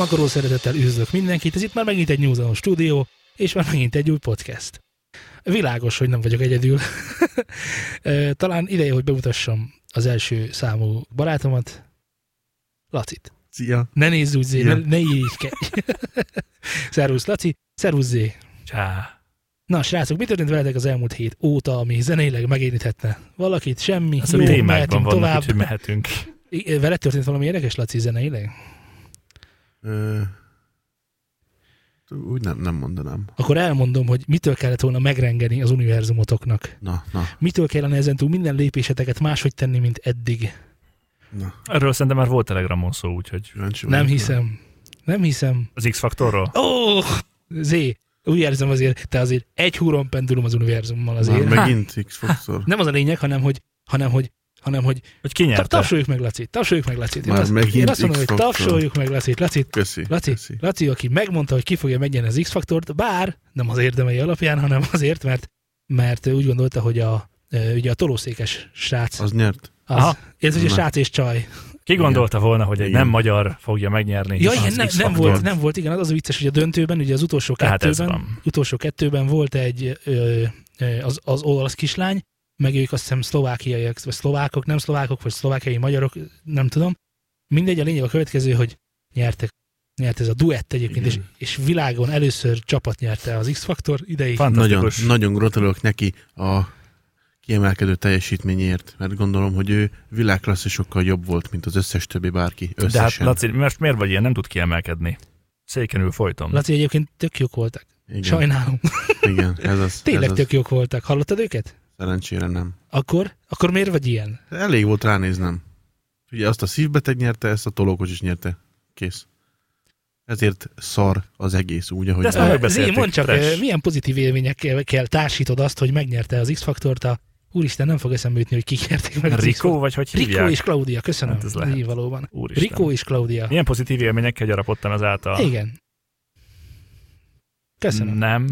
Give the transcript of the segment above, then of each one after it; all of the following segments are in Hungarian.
Akaró szeretettel üdvözlök mindenkit, ez itt már megint egy New Zealand stúdió, és már megint egy új podcast. Világos, hogy nem vagyok egyedül. Talán ideje, hogy bemutassam az első számú barátomat, Lacit. Szia! Ne nézz úgy, Zé, ne irigykedj. Szervusz, Laci, szervusz, Zé. Csá. Na, srácok, mi történt veletek az elmúlt hét óta, ami zeneileg megérinthetne valakit? Semmi. Jó, mehetünk tovább. Úgyhogy mehetünk. Veled történt valami érdekes, Laci, zeneileg? Úgy nem mondanám. Akkor elmondom, hogy mitől kellett volna megrengeni az univerzumotoknak. Na. Mitől kellene ezentúl minden lépéseteket máshogy tenni, mint eddig. Na. Erről szerintem már volt Telegramon szó, úgyhogy... Nem hiszem. Az X-faktorról? Zé, úgy érzem azért, te azért egy húron pendulum az univerzummal azért. Már megint X-faktor. Nem az a lényeg, hanem hogy hogy ki nyerte? Tapsoljuk meg Lacit. Már Én azt mondom, hogy tapsoljuk meg Lacit. Köszi. Laci, aki megmondta, hogy ki fogja megnyerni az X-faktort, bár nem az érdemei alapján, hanem azért, mert úgy gondolta, hogy ugye a tolószékes srác. Az nyert. Ez ugye srác és csaj. Ki gondolta volna, hogy egy nem magyar fogja megnyerni? Ja, igen, nem volt, igen, az a vicces, hogy a döntőben, ugye az utolsó kettőben volt egy az olasz kislány, meg ők azt hiszem szlovákiaiak, vagy szlovákok, nem szlovákok, vagy szlovákiai magyarok, nem tudom. Mindegy, a lényeg a következő, hogy nyert ez a duett egyébként, és világon először csapat nyerte az X-faktor ideig. Nagyon gratulálok neki a kiemelkedő teljesítményért, mert gondolom, hogy ő világklasszisokkal jobb volt, mint az összes többi bárki összesen. De hát Laci, most miért vagy ilyen? Nem tud kiemelkedni. Székenül folyton. Laci, egyébként tök jók voltak. Igen. Sajnálom. Igen, ez az. Tényleg tök jók voltak. Hallottad őket? Szerencsére nem. Akkor miért vagy ilyen? Elég volt ránéznem. Ugye azt a szívbeteg nyerte, ezt a tolókocsis nyerte. Kész. Ezért szar az egész úgy, ahogy... Zé, mondd csak, milyen pozitív élményekkel társítod azt, hogy megnyerte az X-faktort Úristen, nem fog eszembe jutni, hogy kik nyerték meg az Rico, vagy hogy hívják? Rico és Claudia, köszönöm. Hát ez lehet. Így valóban. Úristen. Rico és Claudia. Milyen pozitív élményekkel gyarapodtam ezáltal? Igen. Köszönöm. Nem.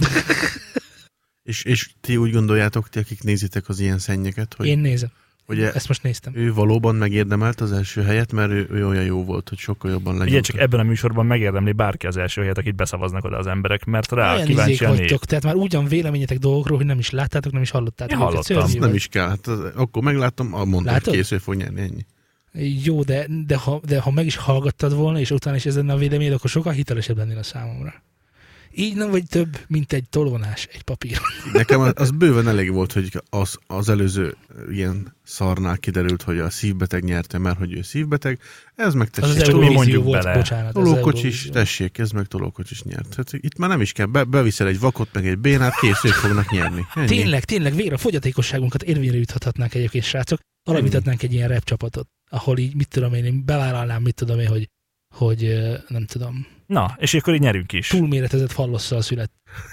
És ti úgy gondoljátok, ti akik nézitek az ilyen szennyeket, hogy... Én nézem. Hogy ezt most néztem. Ő valóban megérdemelt az első helyet, mert ő olyan jó volt, hogy sokkal jobban legyen. Igen, csak ebben a műsorban megérdemli bárki az első helyet, akit beszavaznak oda az emberek, mert rá olyan kíváncsi a nép. Tehát már ugyan véleményetek dolgokról, hogy nem is láttátok, nem is hallottátok. Én hallottam. Azt nem is kell. Hát akkor megláttam, mondtam, hogy készül fog nyerni, ennyi. Jó, de ha meg is hallgattad volna, és utána is ez lenne a véleményed, akkor sokkal hitelesebb lennél a számomra. Így nem vagy több, mint egy tolónás, egy papír. Nekem az bőven elég volt, hogy az előző ilyen szarnál kiderült, hogy a szívbeteg nyerte, mert hogy ő szívbeteg. Ez meg tessék. Az mi mondjuk volt, bele. Bocsánat. Tolókocsis, tessék, ez meg tolókocsis nyert. Hát itt már nem is kell, beviszel egy vakot, meg egy bénát, kész, ők fognak nyerni. Ennyi. Tényleg, végre a fogyatékosságunkat érvényre juthatnánk egyébként, srácok. Alapíthatnánk egy ilyen rap csapatot, ahol így, mit tudom én bevállalnám, hogy nem tudom. Na, és akkor így nyerünk is. Túlméretezett fallosszal szület.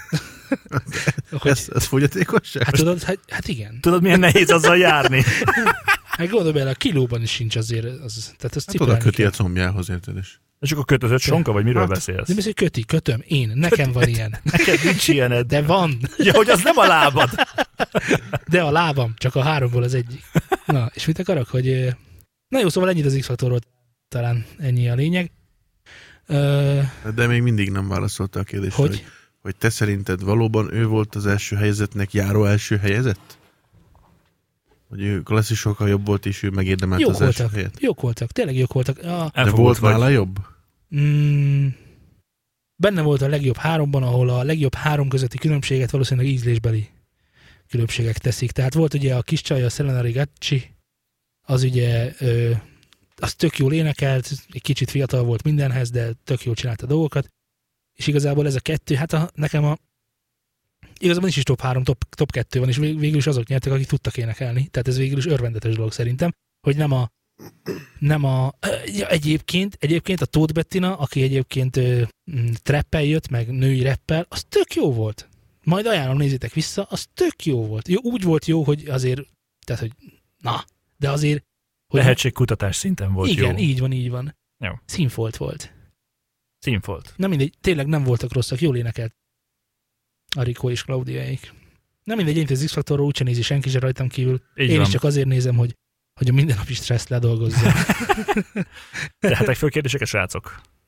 Ez fogyatékosság? Hát tudod, hát igen. Tudod, milyen nehéz azzal járni? Hát gondolom el, a kilóban is sincs azért. Tehát az oda köti a combjához, érted is. És akkor kötözött sonka, vagy miről beszélsz? Nem beszél, kötöm, én. Nekem van ilyen. Neked nincs ilyened. De van. Ja, hogy az nem a lábad. De a lábam, csak a 3-ból az egyik. Na, és mit akarok, hogy... Na jó, szóval ennyit az X-faktorról, talán ennyi a lényeg. De még mindig nem válaszolta a kérdésre, hogy te szerinted valóban ő volt az első helyezetnek járó első helyezett? Hogy ő klasszisokkal jobb volt, és ő megérdemelt az első helyet? Jók voltak, tényleg jók voltak. De volt nála jobb? Benne volt a legjobb 3-ban, ahol a legjobb 3 közötti különbséget valószínűleg ízlésbeli különbségek teszik. Tehát volt ugye a kis csaj, a Selena Rigacci, az ugye... az tök jól énekelt, egy kicsit fiatal volt mindenhez, de tök jól csinálta dolgokat. És igazából ez a kettő, nekem igazából is top 3, top 2 van, és végül is azok nyertek, akik tudtak énekelni. Tehát ez végül is örvendetes dolog szerintem, hogy egyébként a Tóth Bettina, aki egyébként trappel jött, meg női rappel, az tök jó volt. Majd ajánlom, nézzétek vissza, az tök jó volt. Jó, úgy volt jó, hogy azért, tehát, hogy de azért lehetségkutatás szinten volt. Igen, jó. így van. Jó. Színfolt volt. Nem mindegy, tényleg nem voltak rosszak, jól énekelt a Rico és Claudiaik. Nem mindegy, én az X-faktorról úgyse nézi senki se rajtam kívül. Én is csak azért nézem, hogy a mindennapi stresszt ledolgozzam. Tehetek föl kérdéseket, srácok?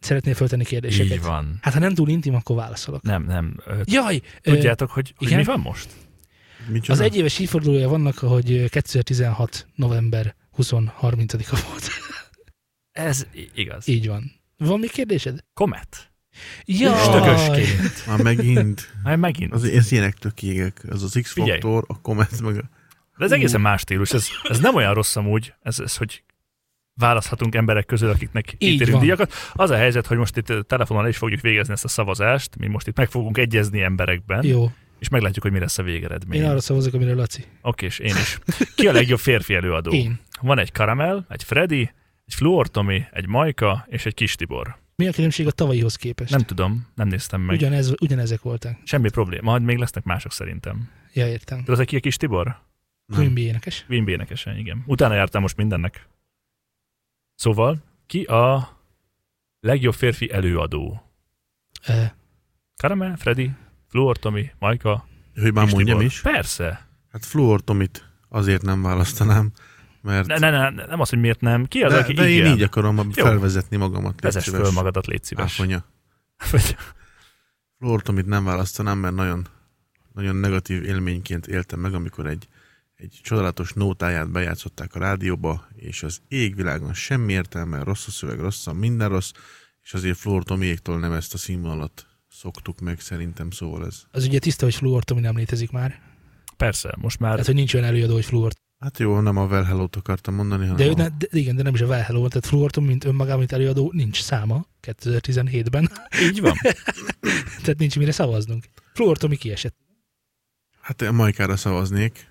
szeretnél föltenni kérdéseket? Így van. Hát ha nem túl intim, akkor válaszolok. Nem. Jaj! Tudjátok, hogy mi van most? Az egyéves évfordulója vannak, hogy 2016. november 20-30-a volt. Ez igaz. Így van. Van még kérdésed? Comet. Jaj! Stökösként. Már megint. Ez ilyenek tök égek. Ez az X-faktor, a Comet, meg a... De ez egészen más stílus. Ez nem olyan rossz amúgy, ez hogy választhatunk emberek közül, akiknek ítélünk díjakat. Az a helyzet, hogy most itt telefonon is fogjuk végezni ezt a szavazást, mi most itt meg fogunk egyezni emberekben. Jó. És meglátjuk, hogy mi lesz a végeredmény. Én arra szavazok, amire Laci. Oké, és én is. Ki a legjobb férfi előadó? Én. Van egy Karamell, egy Freddy, egy Fluor Tomi, egy Majka és egy Kis Tibor. Mi a különbség a tavalyihoz képest? Nem tudom, nem néztem meg. Ugyanezek voltak. Semmi probléma, majd még lesznek mások szerintem. Ja, értem. Tudod, ki a Kis Tibor? Queen Bee énekes. Queen Bee énekesen, igen. Utána jártam most mindennek. Szóval, ki a legjobb férfi előadó? Karamell, Freddy, Fluor Tomi, Majka, hogy már mondjam is? Persze. Hát Fluor Tomit azért nem választanám, mert... Nem az, hogy miért nem. Ki az, aki de igen? én így akarom felvezetni magamat. Vezess föl magadat, légy szíves. Áfonya. Fluor Tomit nem választanám, mert nagyon, nagyon negatív élményként éltem meg, amikor egy csodálatos nótáját bejátszották a rádióba, és az égvilágon semmi értelme, rossz a szöveg, minden rossz, és azért Fluor Tomiéktól nem ezt a színvonalat szoktuk meg szerintem, szóval ez. Az ugye tiszta, hogy Fluor Tomi nem létezik már. Persze, most már... Tehát, hogy nincs olyan előadó, hogy Fluor. Hát jó, nem a Well Hello-t akartam mondani, hanem de nem is a Well Hello, tehát Fluor Tomi, mint önmagában, mint előadó, nincs száma 2017-ben. Így van. Tehát nincs mire szavaznunk. Fluor Tomi kiesett. Hát én Majkára szavaznék.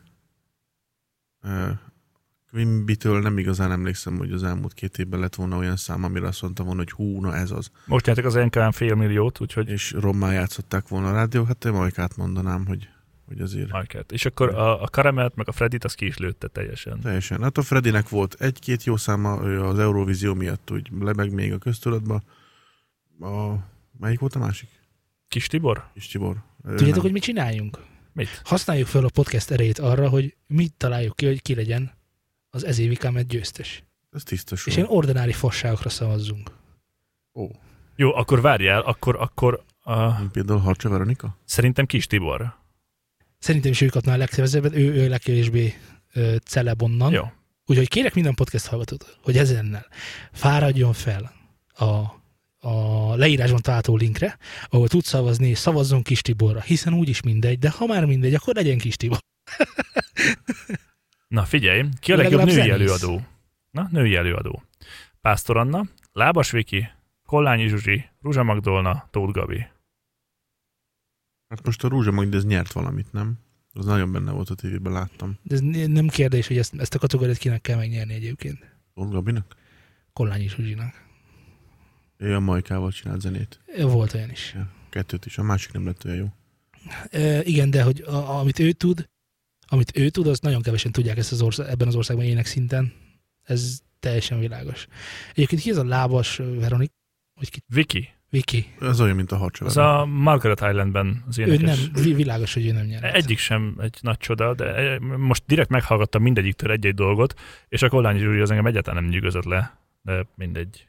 Queen Bee-től nem igazán emlékszem, hogy az elmúlt 2 évben lett volna olyan szám, amire azt mondtam volna, hogy hú, na ez az. Most nyertek az NKM 500 000, úgyhogy... És rommá játszották volna a rádió, hát én Majkát mondanám, hogy azért... Majkát. És akkor a Karamelt meg a Freddit az ki is lőtte teljesen. Teljesen. Hát a Freddynek volt 1-2 jó száma az Eurovízió miatt, úgy lebeg még a köztudatba. Melyik volt a másik? Kis Tibor? Kis Tibor. Tudjátok, hogy mit csináljunk? Mit? Használjuk fel a podcast erejét arra, hogy mit találjuk ki, hogy ki legyen az ez évi Comet győztes. Ez tisztos. És ilyen ordinári fasságokra szavazzunk. Ó. Jó, akkor várjál, akkor például Harcsa Veronika? Szerintem Kis Tibor. Szerintem is ő kapná a legkevesebbet, ő legkevésbé celeb onnan. Jó. Úgyhogy kérek minden podcast hallgatót, hogy ezennel fáradjon fel a leírásban található linkre, ahol tudsz szavazni, és szavazzon Kis Tiborra, hiszen úgyis mindegy, de ha már mindegy, akkor legyen Kis Tibor. Na figyelj, ki a legjobb női előadó? Na, női előadó. Pásztor Anna, Lábas Viki, Kollányi Zsuzsi, Ruzsa Magdolna, Tóth Gabi. Hát most a Ruzsa Magdolna, ez nyert valamit, nem? Az nagyon benne volt a tévében, láttam. De ez nem kérdés, hogy ezt a kategóriát kinek kell megnyerni egyébként. Tóth Gabinak? Kollányi Zsuzsinak. Ő a Majkával csinált zenét. Volt olyan is. Ja, 2 is, a másik nem lett olyan jó. Igen, de hogy amit ő tud, azt nagyon kevesen tudják ebben az országban ének szinten. Ez teljesen világos. Egyébként ki ez a Lábas Veronik? Viki. Ez olyan, mint a Harcsa. Az a Margaret Islandben az énekes. Ő nem, világos, hogy ő nem nyert. Egyik sem egy nagy csoda, de most direkt meghallgattam mindegyiktől egy-egy dolgot, és a Kollányi Zsuzsi az engem egyáltalán nem nyűgözött le, de mindegy.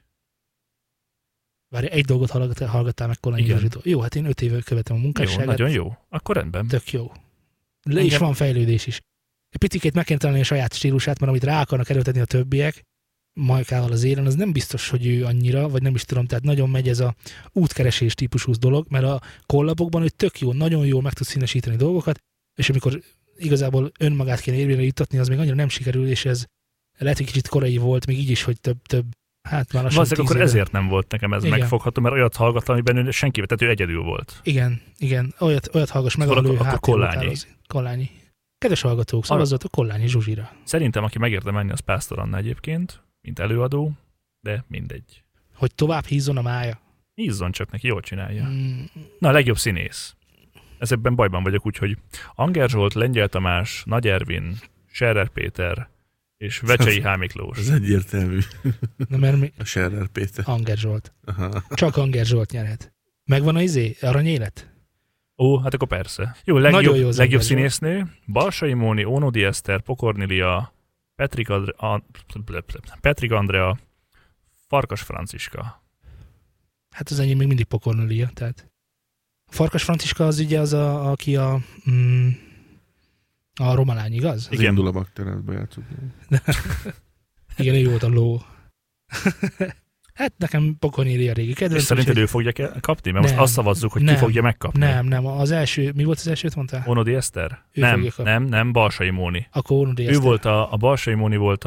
Várj, egy dolgot hallgattál meg Kollányi Zsuzsitól. Jó, hát én 5 éve követem a munkásságát. Jó, nagyon jó. Akkor rendben. Tök jó. És van fejlődés is. Egy picikét meg kell találni a saját stílusát, mert amit rá akarnak erőltetni a többiek, Majkával az élen, az nem biztos, hogy ő annyira, vagy nem is tudom, tehát nagyon megy ez a útkeresés típusú dolog, mert a kollapokban ő tök jó, nagyon jól meg tud színesíteni dolgokat, és amikor igazából önmagát kéne érvényre juttatni, az még annyira nem sikerül, és ez lehet, hogy kicsit korai volt, még így is, hogy több hát már lassan 10 éve. Akkor ezért nem volt nekem ez megfogható, mert olyat hallgattam, amiben ő senki, tehát ő egyedül volt. Igen, olyat hallgass meg, ahol ő Kollányi. Kedves hallgatók, szavazzatok Kollányi Zsuzsira. Szerintem, aki megérdemelni, az Pásztor Anna egyébként, mint előadó, de mindegy. Hogy tovább hízzon a mája? Hízzon, csak neki jól csinálja. Na, a legjobb színész. Ezekben bajban vagyok, úgyhogy Anger Zsolt, Lengyel Tamás, Nagy Ervin, Scherer Péter és Vecsei H. Miklós. Ez egyértelmű. Na, mert mi? A Scherer Péter. Anger Zsolt. Aha. Csak Anger Zsolt nyerhet. Megvan a aranyélet? Ó, hát akkor persze. Jó, legjobb színésznő, Balsai Móni, Ónodi Eszter, Pokornilia, Petrik Andrea, Farkas Franciska. Hát az enyém még mindig Pokornélia, tehát Farkas Franciska az ugye az, aki a romalány, igaz? Igen. Indul a bakterátba játszott. Igen, ő volt a ló. Hát nekem Pokornélia régi kedvenc. És szerinted ő fogja kapni? Mert most azt szavazzuk, hogy ki fogja megkapni. Nem. Az első, mi volt az elsőt mondtál? Onodi Eszter? Nem, Balsai Móni. Akkor Onodi Eszter. Ő volt a Balsai Móni volt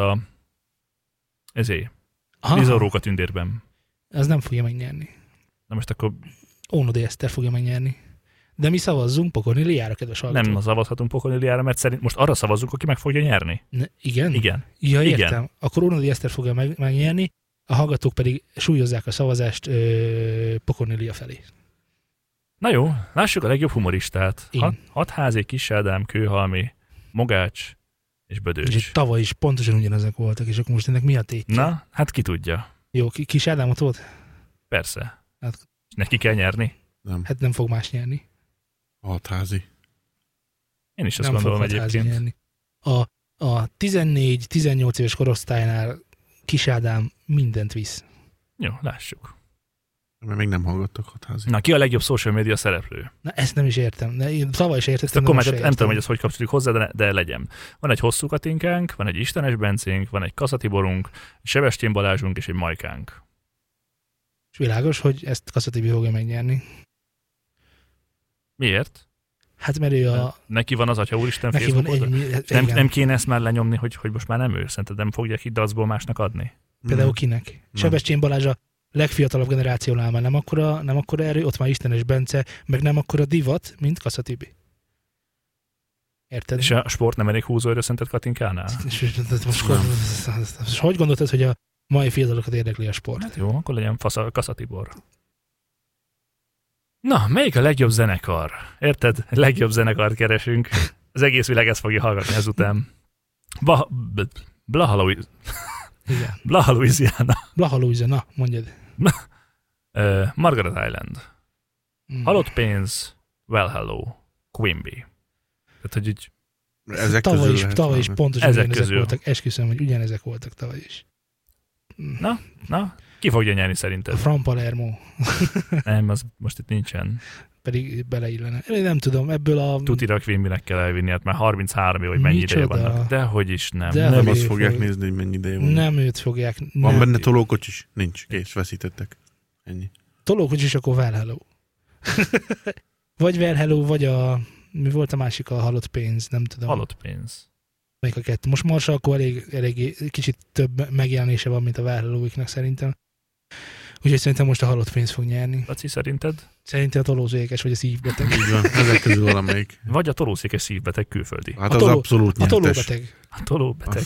Lizoróka tündérben. Az nem fogja megnyerni. Na most akkor... Onodi Eszter fogja megnyerni. De mi szavazzunk Pokornéliára, kedves hallgatók. Nem szavazhatunk Pokornéliára, mert szerint most arra szavazzunk, aki meg fogja nyerni. Igen? Igen. Ja, értem. Igen. Akkor Onodi Eszter fogja megnyerni, a hallgatók pedig súlyozzák a szavazást Pokornélia felé. Na jó, lássuk a legjobb humoristát. Hatházi, Kis Ádám, Kőhalmi, Mogács és Bödöcs. És tavaly is pontosan ugyanezek voltak, és akkor most ennek mi a tétje? Na, hát ki tudja. Jó, Kis Ádám ott volt? Persze. Hát, neki kell nyerni? Nem. Hát nem fog más nyerni. Hatházi. Én is azt gondolom egyébként. Nyerni. A 14-18 éves korosztálynál Kis Ádám mindent visz. Jó, lássuk. Mert még nem hallgattak Hatházi. Na, ki a legjobb social media szereplő? Na, ezt nem is értem. Én tavaly is értettem. Ezt a kommentet nem tudom, hogy ez hogy kapcsolódik hozzá, de legyen. Van egy Hosszú Katinkánk, van egy Istenes Bencénk, van egy Kaszatiborunk, egy Sebestyén Balázsunk és egy Majkánk. És világos, hogy ezt Kaszatibi fogja megnyerni. Miért? Hát mert ő neki van az Atya Úristen Facebook nem kéne ezt már lenyomni, hogy most már nem ő? Szerinted nem fogják itt dacból másnak adni? Például kinek? Sebestyén Balázs a legfiatalabb generációnál már nem akkora erő, ott már Istenes Bence, meg nem akkora divat, mint Kassa Tibi. Érted? És a sport nem elég húzóerő szerinted Katinkánál? Most hogy gondoltad, hogy a mai fiatalokat érdekli a sport? Hát jó, akkor legyen Kassa Tibor. Na, melyik a legjobb zenekar? Érted? Legjobb zenekart keresünk. Az egész világ ezt fogja hallgatni ezután. Blaha Louisiana. Blaha Louisiana, mondjad. Margaret Island. Halott pénz, Well Hello, Quimby. Tehát, hogy így... Tavaly is pontosan ugyanezek voltak. Esküszöm, hogy ugyanezek voltak tavaly is. Na, ki fogja nyerni szerinted? A From Palermo. Nem, az most itt nincsen. Pedig beleillene. Én nem tudom, ebből a... Tutira Quimbynek kell elvinni, hát már 33 év, hogy mennyi ideje vannak. Dehogy is nem. Nem azt fogják nézni, hogy mennyi ideje van. Nem őt fogják. Van benne tolókocsis? Nincs. Kész, veszítettek. Ennyi. Tolókocsis, akkor Well Hello. Vagy Well Hello, vagy mi volt a másik, a Halott pénz, nem tudom. Halott pénz. Melyik a kettő? Most Marsa akkor elég kicsit több megjelenése van, mint a Well Hello-iknak szerintem. Úgyhogy szerintem most a Halott pénz fog nyerni. Laci, szerinted? Szerintem a tolószékes, vagy a szívbeteg. Így van, ezek közül valamelyik. Vagy a tolószékes szívbeteg külföldi. Hát az abszolút nyertes. A tolóbeteg.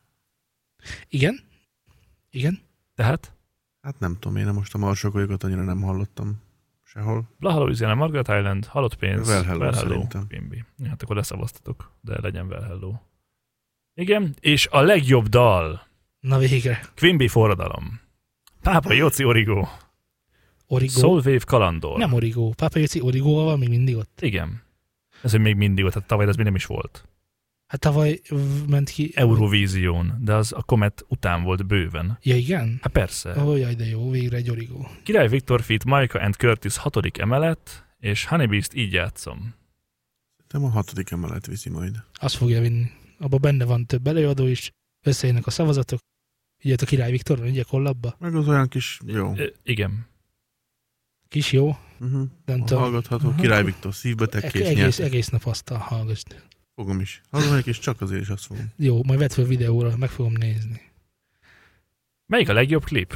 Igen. Tehát? Hát nem tudom, én most a marsokolyokat annyira nem hallottam sehol. Blaha Louisiana, Margaret Island, Halott pénz, Well Hello, Quimby. Hát akkor leszavaztatok, de legyen Well Hello. Igen, és a legjobb dal. Na végre. Quimby forradalom. Pápa Jóci Origo. Soulwave Kalandor. Nem Origo. Pápa Jóci Origóval van még mindig ott. Igen. Ez még mindig ott, hát tavaly ez még nem is volt. Hát tavaly ment ki... Eurovízión, de az a Comet után volt bőven. Ja, igen? Hát persze. Ó, jaj, de jó, végre egy Origo. Király Viktor feat. Majka and Curtis 6. emelet, és Honeybeast Így játszom. Nem a 6. emelet viszi majd. Azt fogja vinni. Abban benne van több előadó is, összejönnek a szavazatok. Ugye a Király Viktor, ugye kollabba. Meg az olyan kis jó. Igen. Kis jó. Nem tudom. Hallgatható. Király Viktor szívbeteg kész egész nap azt hallgass. Fogom is. Hazamegyek, és csak azért is azt fogom. Jó, majd vedd fel videóra, meg fogom nézni. Melyik a legjobb klip?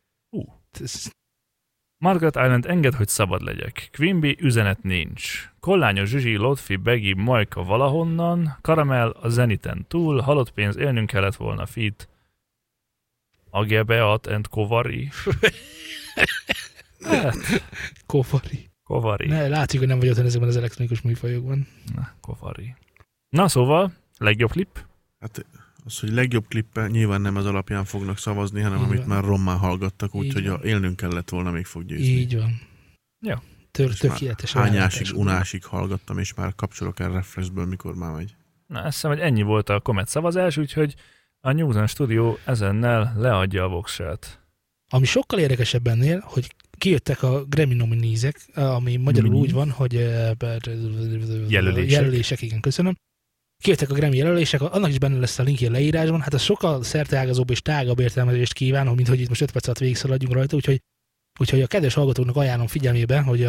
Margaret Island, engedd, hogy szabad legyek. Quimby, üzenet nincs. Kollányos Zsuzsi, Lotfi, Begi, Majka valahonnan. Karamell, a Zeniten túl. Halott pénz, élnünk kellett volna feat. Agebeat and Kovari. Hát. Kovari. Ne, látjuk, hogy nem vagy otthon ezekben az elektronikus műfajokban. Kovari. Na szóval, legjobb klip? Hát az, hogy legjobb klippel nyilván nem az alapján fognak szavazni, hanem így amit van. Már rommá hallgattak, úgyhogy élnünk kellett volna, még fog győzni. Így van. Ja. Tökéletes. Hányásig, unásig hallgattam, és már kapcsolok el refreshből, mikor már megy. Na, azt hiszem, hogy ennyi volt a Comet szavazás, úgyhogy a News & Studio ezennel leadja a voksát. Ami sokkal érdekesebb ennél, hogy kijöttek a Grammy nominézek, ami magyarul úgy van, hogy jelölések, igen, köszönöm. Kijöttek a Grammy jelölések, annak is benne lesz a linkje a leírásban, hát az sokkal szerteágazóbb és tágabb értelmezést kíván, mint hogy itt most 5 perc alatt végigszaladjunk rajta, úgyhogy a kedves hallgatóknak ajánlom figyelmébe, hogy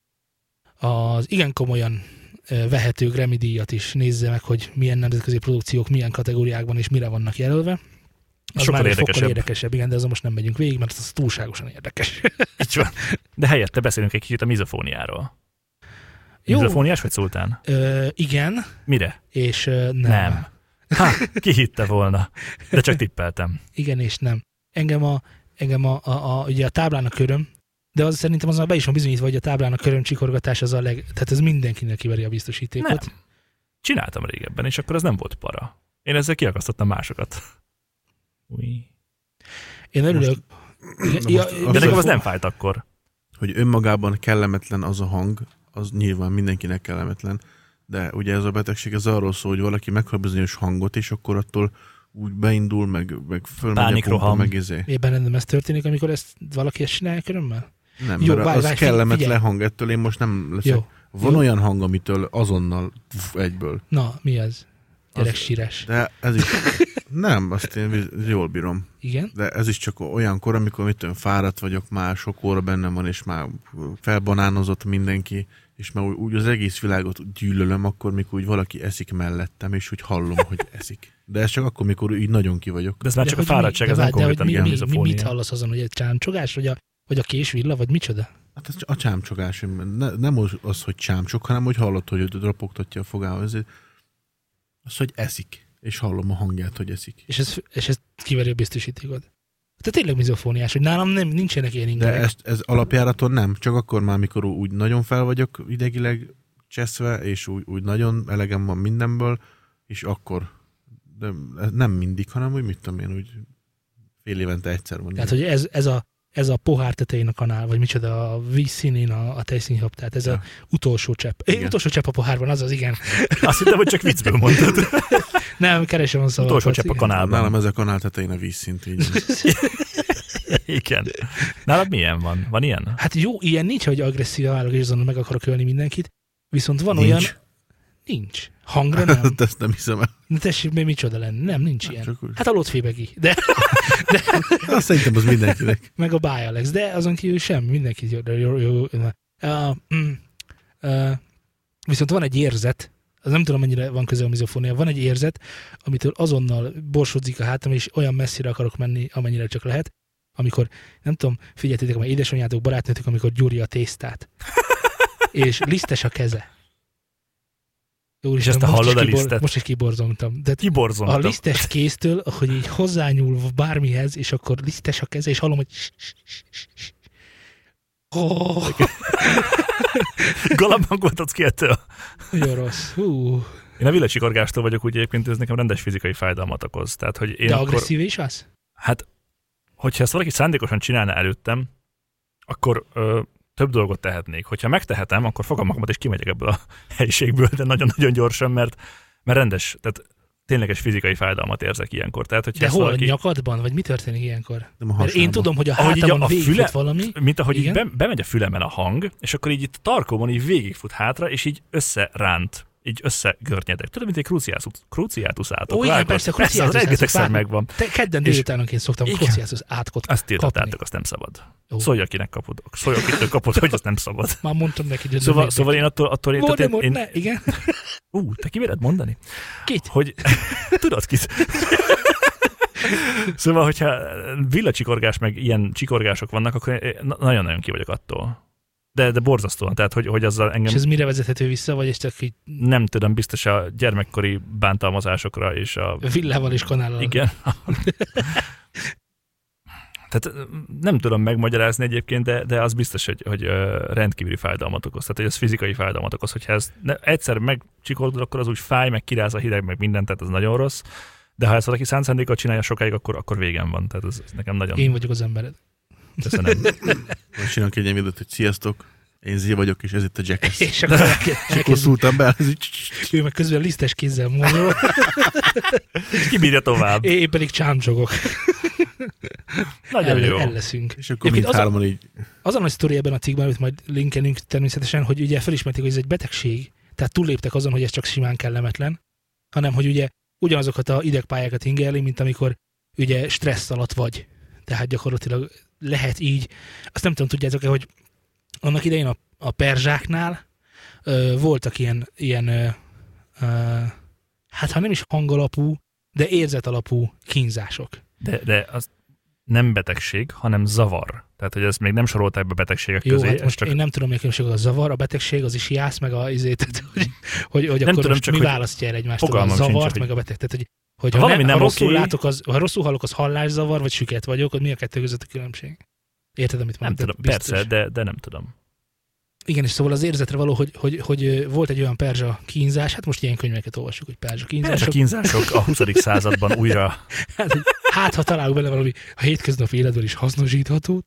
az igen komolyan vehető Grammy díjat is nézze meg, hogy milyen nemzetközi produkciók, milyen kategóriákban és mire vannak jelölve. Az sokkal érdekesebb, igen, de azon most nem megyünk végig, mert az túlságosan érdekes. Így van. De helyette beszélünk egy kicsit a mizofóniáról. Mizofóniás vagy szultán? Igen. Mire? És nem. Ki hitte volna? De csak tippeltem. Igen és nem. Engem ugye a táblán a köröm, de az szerintem azon be is van bizonyítva, hogy a táblán a köröm csikorgatás az tehát ez mindenkinek kiveri a biztosítékot. Nem. Csináltam régebben, és akkor az nem volt para. Én ezzel kiakasztottam másokat. Új. Én örülök. De nekem az nem fájt akkor. Hogy önmagában kellemetlen az a hang, az nyilván mindenkinek kellemetlen, de ugye ez a betegség az arról szól, hogy valaki meghal bizonyos hangot, és akkor attól úgy beindul, meg fölmegy a pumpa, meg izé. Éppen nem ez történik, amikor valaki ezt csinálja körömmel? Nem, jó, mert az kellemetlen hang, ettől én most nem leszek. Jó. Van olyan hang, amitől azonnal egyből. Na, mi az? Gyereksírás. De ez is... Nem, azt én jól bírom. Igen? De ez is csak olyankor, amikor fáradt vagyok, már sok óra bennem van, és már felbanánozott mindenki, és már úgy az egész világot gyűlölöm, akkor, mikor úgy valaki eszik mellettem, és úgy hallom, hogy eszik. De ez csak akkor, mikor így nagyon ki vagyok. De ez már csak a fáradtság, ez nem konkrétan ilyen mizofónia. Mit hallasz azon, hogy egy csámcsogás, vagy a késvilla, vagy micsoda? Hát ez a csámcsogás. Nem az, hogy csámcsog, hanem hogy hallod, hogy dropogtatja a fogával. Az, hogy eszik. És hallom a hangját, hogy eszik. És ez kiveri a biztosítékot. Tehát tényleg mizofóniás, hogy nálam nincsenek ilyen ingerek. De ez alapjáraton nem, csak akkor már, mikor úgy nagyon fel vagyok idegileg cseszve, és úgy nagyon elegem van mindenből, és akkor, de nem mindig, hanem úgy mit tudom én, úgy fél évente egyszer van. Tehát, hogy ez a pohár tetején a kanál, vagy micsoda, a víz színén a tejszínhab, tehát ez az utolsó csepp. Utolsó csepp a pohárban, azaz, igen. Azt hittem, hogy csak viccből mondtad. Nem, keresem a szavakat. Utolsó csepp a kanálban. Nálam ez a kanál tetején a vízszint, így. Igen. Nálad milyen van? Van ilyen? Hát jó, ilyen nincs, hogy agresszív állok, és azon meg akarok ölni mindenkit. Viszont van olyan... Nincs. Hangra nem. Ezt nem hiszem el. De tessék, még micsoda lenne. Nem, nincs ilyen. Hát a Lotfébegi. De... Azt szerintem az mindenkinek. Meg a Bájalex. De azon kívül sem. Mindenki jó. Viszont van egy érzet, az nem tudom, mennyire van közel a mizofónia, van egy érzet, amitől azonnal borsodzik a hátam, és olyan messzire akarok menni, amennyire csak lehet, amikor, nem tudom, figyeltétek, mert édesanyjátok, barátnőtök, amikor gyúrja a tésztát. És lisztes a keze. Úr, és ezt te hallod a lisztet? Most is kiborzongtam. Kiborzongtam. A lisztes kéztől, hogy így hozzányúl bármihez, és akkor lisztes a keze, és hallom, hogy Galambhangot adsz ki ettől. Nagyon rossz. Én a villacsikorgástól vagyok, úgy egyébként ez nekem rendes fizikai fájdalmat okoz. Tehát, hogy én de akkor, agresszív is az? Hát, hogyha ezt valaki szándékosan csinálna előttem, akkor több dolgot tehetnék. Hogyha megtehetem, akkor fogom magamat és kimegyek ebből a helyiségből, de nagyon-nagyon gyorsan, mert rendes, tehát tényleges fizikai fájdalmat érzek ilyenkor. Tehát, hogyha de hol? valaki... Nyakadban? Vagy mi történik ilyenkor? Mert én tudom, hogy a hátamon végigfut valami. Mint ahogy így bemegy a fülemen a hang, és akkor így itt a tarkóban így végigfut hátra, és így összeránt, így összegörnyedek. Tudod, mint egy kruciátus átok. Ó, igen, persze, kruciátus rengetegszer megvan. Kedden délutánonként szoktam kruciátus átkot kapni. Azt tiltottátok, azt nem szabad. Szólj, akinek kapod. Szólj, akitől kapod, hogy azt nem szabad. Már mondtam neki, hogy szóval én attól én... Igen. Te ki méred mondani? Kit? Hogy... Tudod kit? Szóval, hogyha villacsikorgás, meg ilyen csikorgások vannak, akkor nagyon-nagyon ki vagyok attól. De borzasztóan, tehát hogy azzal engem... És ez mire vezethető vissza, vagy ez csak így... Nem tudom, biztos a gyermekkori bántalmazásokra és a... Villával és kanállal. Igen. Tehát nem tudom megmagyarázni egyébként, de az biztos, hogy rendkívüli fájdalmat okoz. Tehát, hogy ez fizikai fájdalmat okoz. Hogyha ez egyszer megcsikorgod, akkor az úgy fáj, meg kiráz a hideg, meg mindent, tehát ez nagyon rossz. De ha ezt valaki szánt szándékkal csinálja sokáig, akkor végem van. Tehát ez nekem nagyon... Én vagyok az embered. Köszönöm. Most csinálok egy ilyen videót, hogy sziasztok, Én Zé vagyok, és ez itt a Jackass. És akkor szúrtam be. Ő meg közben lisztes kézzel mondja. Kibírja tovább. Én pedig csámcsogok. Nagyon jó. El leszünk. És akkor mindhárman így... Az a nagy sztori ebben a cikkben, amit majd linkelünk természetesen, hogy ugye felismerték, hogy ez egy betegség, tehát túlléptek azon, hogy ez csak simán kellemetlen, hanem hogy ugye ugyanazokat a idegpályákat ingerli, mint amikor ugye stressz alatt vagy. Tehát gyakorlatilag lehet így. Azt nem tudom, tudjátok-e, hogy annak idején a perzsáknál voltak ilyen hát ha nem is hangalapú, de érzetalapú kínzások. De az nem betegség, hanem zavar. Tehát, hogy ezt még nem sorolták be betegségek jó, közé. Hát most csak... én nem tudom, hogy a zavar, a betegség, az is jász, meg a izét, hogy nem akkor tudom, most csak mi hogy választja el egymástól a zavart, meg a beteg. Tehát, hogy ha rosszul látok, ha rosszul hallok, az hallászavar, vagy süket vagyok, hogy mi a kettő között a különbség? Érted, amit mondtam? Nem tudom, persze, de nem tudom. Igen, és szóval az érzetre való, hogy volt egy olyan perzsa kínzás, hát most ilyen könyveket olvassuk, hogy perzsa kínzások. Perzsa kínzások a 20. században újra. Hát, ha találunk bele valami a hétköznapi életben is hasznosítható,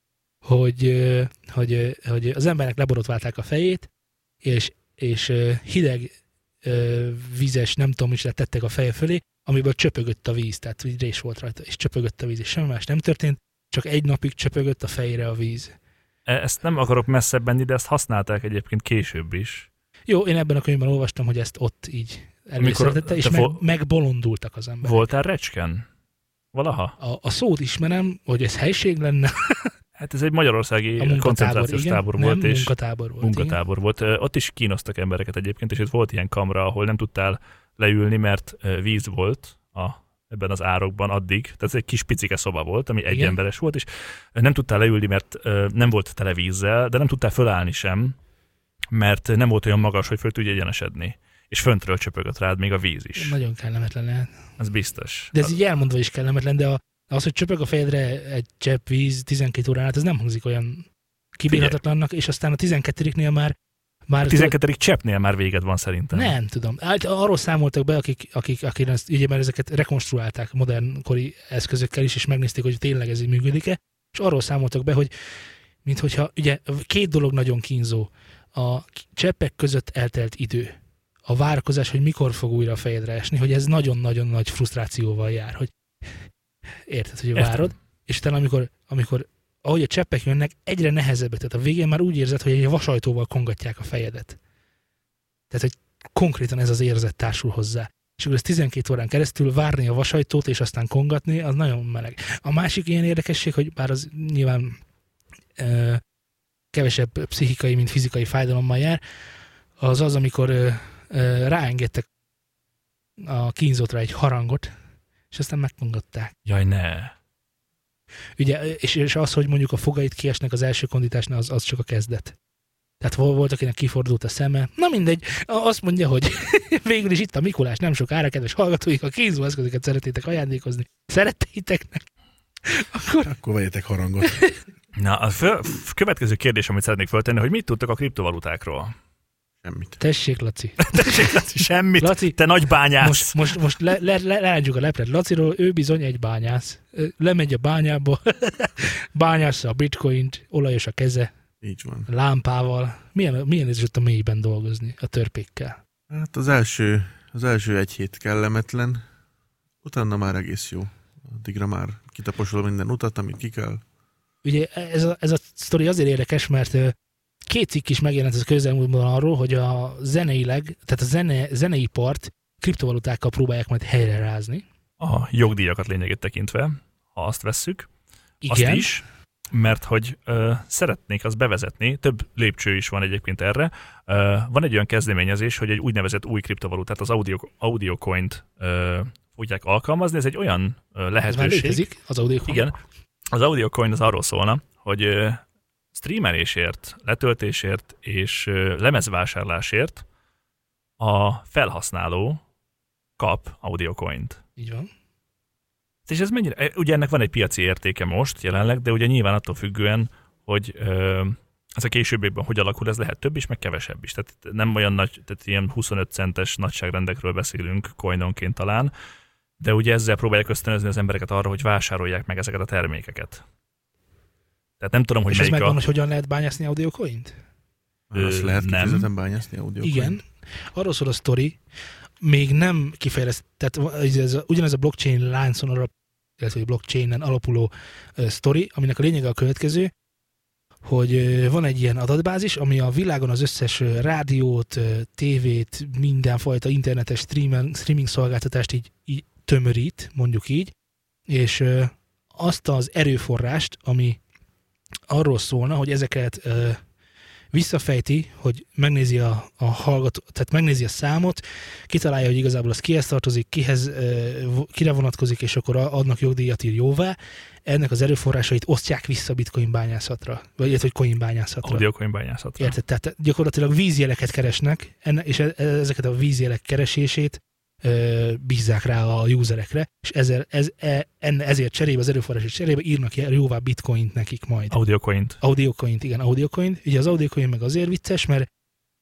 hogy az embernek leborotválták a fejét, és hideg vízes, nem tudom, is tettek a feje fölé, amiből csöpögött a víz, tehát rés volt rajta, és csöpögött a víz, és semmi más nem történt, csak egy napig csöpögött a fejére a víz. Ezt nem akarok messzebb menni, de ezt használták egyébként később is. Jó, én ebben a könyvben olvastam, hogy ezt ott így előszeretette, és megbolondultak az emberek. Voltál Recsken? Valaha? A szót ismerem, hogy ez helység lenne. Hát ez egy magyarországi koncentrációs tábor volt. És munkatábor volt. Ott is kínoztak embereket egyébként, és itt volt ilyen kamra, ahol nem tudtál leülni, mert víz volt ebben az árokban addig. Tehát ez egy kis picike szoba volt, ami egy emberes volt, és nem tudtál leülni, mert nem volt tele vízzel, de nem tudtál fölállni sem, mert nem volt olyan magas, hogy föl tudj egyenesedni. És föntről csöpögött rád még a víz is. Nagyon kellemetlen lehet. Ez biztos. De ez így elmondva is kellemetlen, de az, hogy csöpög a fejedre egy csepp víz 12 órán át, ez nem hangzik olyan kibírhatatlannak, és aztán a 12-nél már a 12. cseppnél már véged van szerintem. Nem tudom. Arról számoltak be, akik ugye már ezeket rekonstruálták modern kori eszközökkel is, és megnézték, hogy tényleg ez így működik-e, és arról számoltak be, hogy minthogyha ugye két dolog nagyon kínzó. A cseppek között eltelt idő. A várakozás, hogy mikor fog újra a fejedre esni, hogy ez nagyon-nagyon nagy frusztrációval jár, hogy érted, hogy várod, és utána amikor ahogy a cseppek jönnek, egyre nehezebbek, tehát a végén már úgy érzed, hogy egy vasajtóval kongatják a fejedet. Tehát, hogy konkrétan ez az érzet társul hozzá. És akkor ez 12 órán keresztül várni a vasajtót, és aztán kongatni, az nagyon meleg. A másik ilyen érdekesség, hogy bár az nyilván kevesebb pszichikai, mint fizikai fájdalommal jár, az, amikor ráengedtek a kínzótra egy harangot, és aztán megkongatták. Jaj, ne! Ugye, és az, hogy mondjuk a fogait kiesnek az első kondításnál, az csak a kezdet. Tehát volt, akinek kifordult a szeme. Na mindegy, azt mondja, hogy végül is itt a Mikulás, nem sokára, kedves hallgatóik, a kínzó eszközöket szeretnétek ajándékozni. Szerettétek? Akkor vegyetek harangot. Na, a következő kérdés, amit szeretnék föltenni, hogy mit tudtak a kriptovalutákról? Semmit. Tessék, Laci. Tessék, Laci, semmit. Laci, te nagy bányász. Most leállítjuk a leplet Laciról, ő bizony egy bányász. Lemegy a bányába, bányásza a bitcoint, olajos a keze. Így van. Lámpával. Milyen ez ott a mélyben dolgozni, a törpékkel? Hát az első egy hét kellemetlen, utána már egész jó. Addigra már kitaposol minden utat, amit ki kell. Ugye ez a sztori azért érdekes, mert 2 cikk is megjelent ez a közelmúltban arról, hogy a zeneileg, tehát a zeneipart kriptovalutákkal próbálják majd helyrerázni. A jogdíjakat lényegét tekintve, ha azt vesszük. Igen. Azt is, mert hogy szeretnék azt bevezetni, több lépcső is van egyébként erre. Van egy olyan kezdeményezés, hogy egy úgynevezett új kriptovalutát, az AudioCoin-t fogják alkalmazni. Ez egy olyan lehetőség. Ez létezik, az AudioCoin? Igen. Az AudioCoin az arról szólna, hogy streamelésért, letöltésért és lemezvásárlásért a felhasználó kap AudioCoin-t. Így van. És ez mennyire, ugye ennek van egy piaci értéke most jelenleg, de ugye nyilván attól függően, hogy ez a későbbiekben hogy alakul, ez lehet több is, meg kevesebb is. Tehát nem olyan nagy, tehát ilyen 25 centes nagyságrendekről beszélünk coinonként talán, de ugye ezzel próbálják ösztönözni az embereket arra, hogy vásárolják meg ezeket a termékeket. Tehát nem tudom, hogy és melyik ez megvan, hogy hogyan lehet bányászni AudioCoin-t? Azt lehet kifejezetten bányszni audiocoint? Igen. Arról szól a sztori, még nem kifejleszt, tehát ugyanez a blockchain láncon illetve blockchainen alapuló sztori, aminek a lényege a következő, hogy van egy ilyen adatbázis, ami a világon az összes rádiót, tévét, mindenfajta internetes streaming szolgáltatást így tömörít, mondjuk így, és azt az erőforrást, ami arról szólna, hogy ezeket visszafejti, hogy megnézi a hallgató, tehát megnézi a számot, kitalálja, hogy igazából az kihez tartozik, kire vonatkozik, és akkor adnak jogdíjat, ír jóvá. Ennek az erőforrásait osztják vissza bitcoin bányászatra, vagy illetve, hogy coin bányászatra. Audiocoin bányászatra. Érted? Tehát gyakorlatilag vízjeleket keresnek, és ezeket a vízjelek keresését bízzák rá a userekre, és ezért cserébe, az erőforrásért cserébe írnak jóvá bitcoint nekik majd. Audiocoint, igen, audiocoint. Ugye az audiocoin meg azért vicces, mert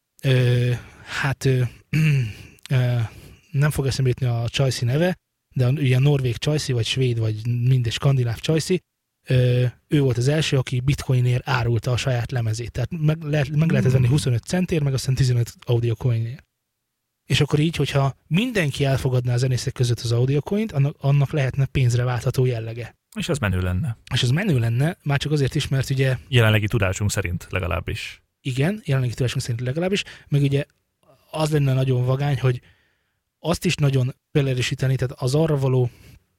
nem fog eszembe jutni a Csajci neve, de ugye a norvég Csajci, vagy svéd, vagy mindegy skandináv Csajci, ő volt az első, aki bitcoinért árulta a saját lemezét. Tehát meg lehetett venni 25 centért, meg aztán 15 audiocoinért. És akkor így, hogyha mindenki elfogadná a zenészek között az audiocoint, annak lehetne pénzre váltható jellege. És ez menő lenne. És ez menő lenne, már csak azért is, mert ugye... Jelenlegi tudásunk szerint legalábbis. Igen, jelenlegi tudásunk szerint legalábbis, meg ugye az lenne nagyon vagány, hogy azt is nagyon felerősíteni, tehát az arra való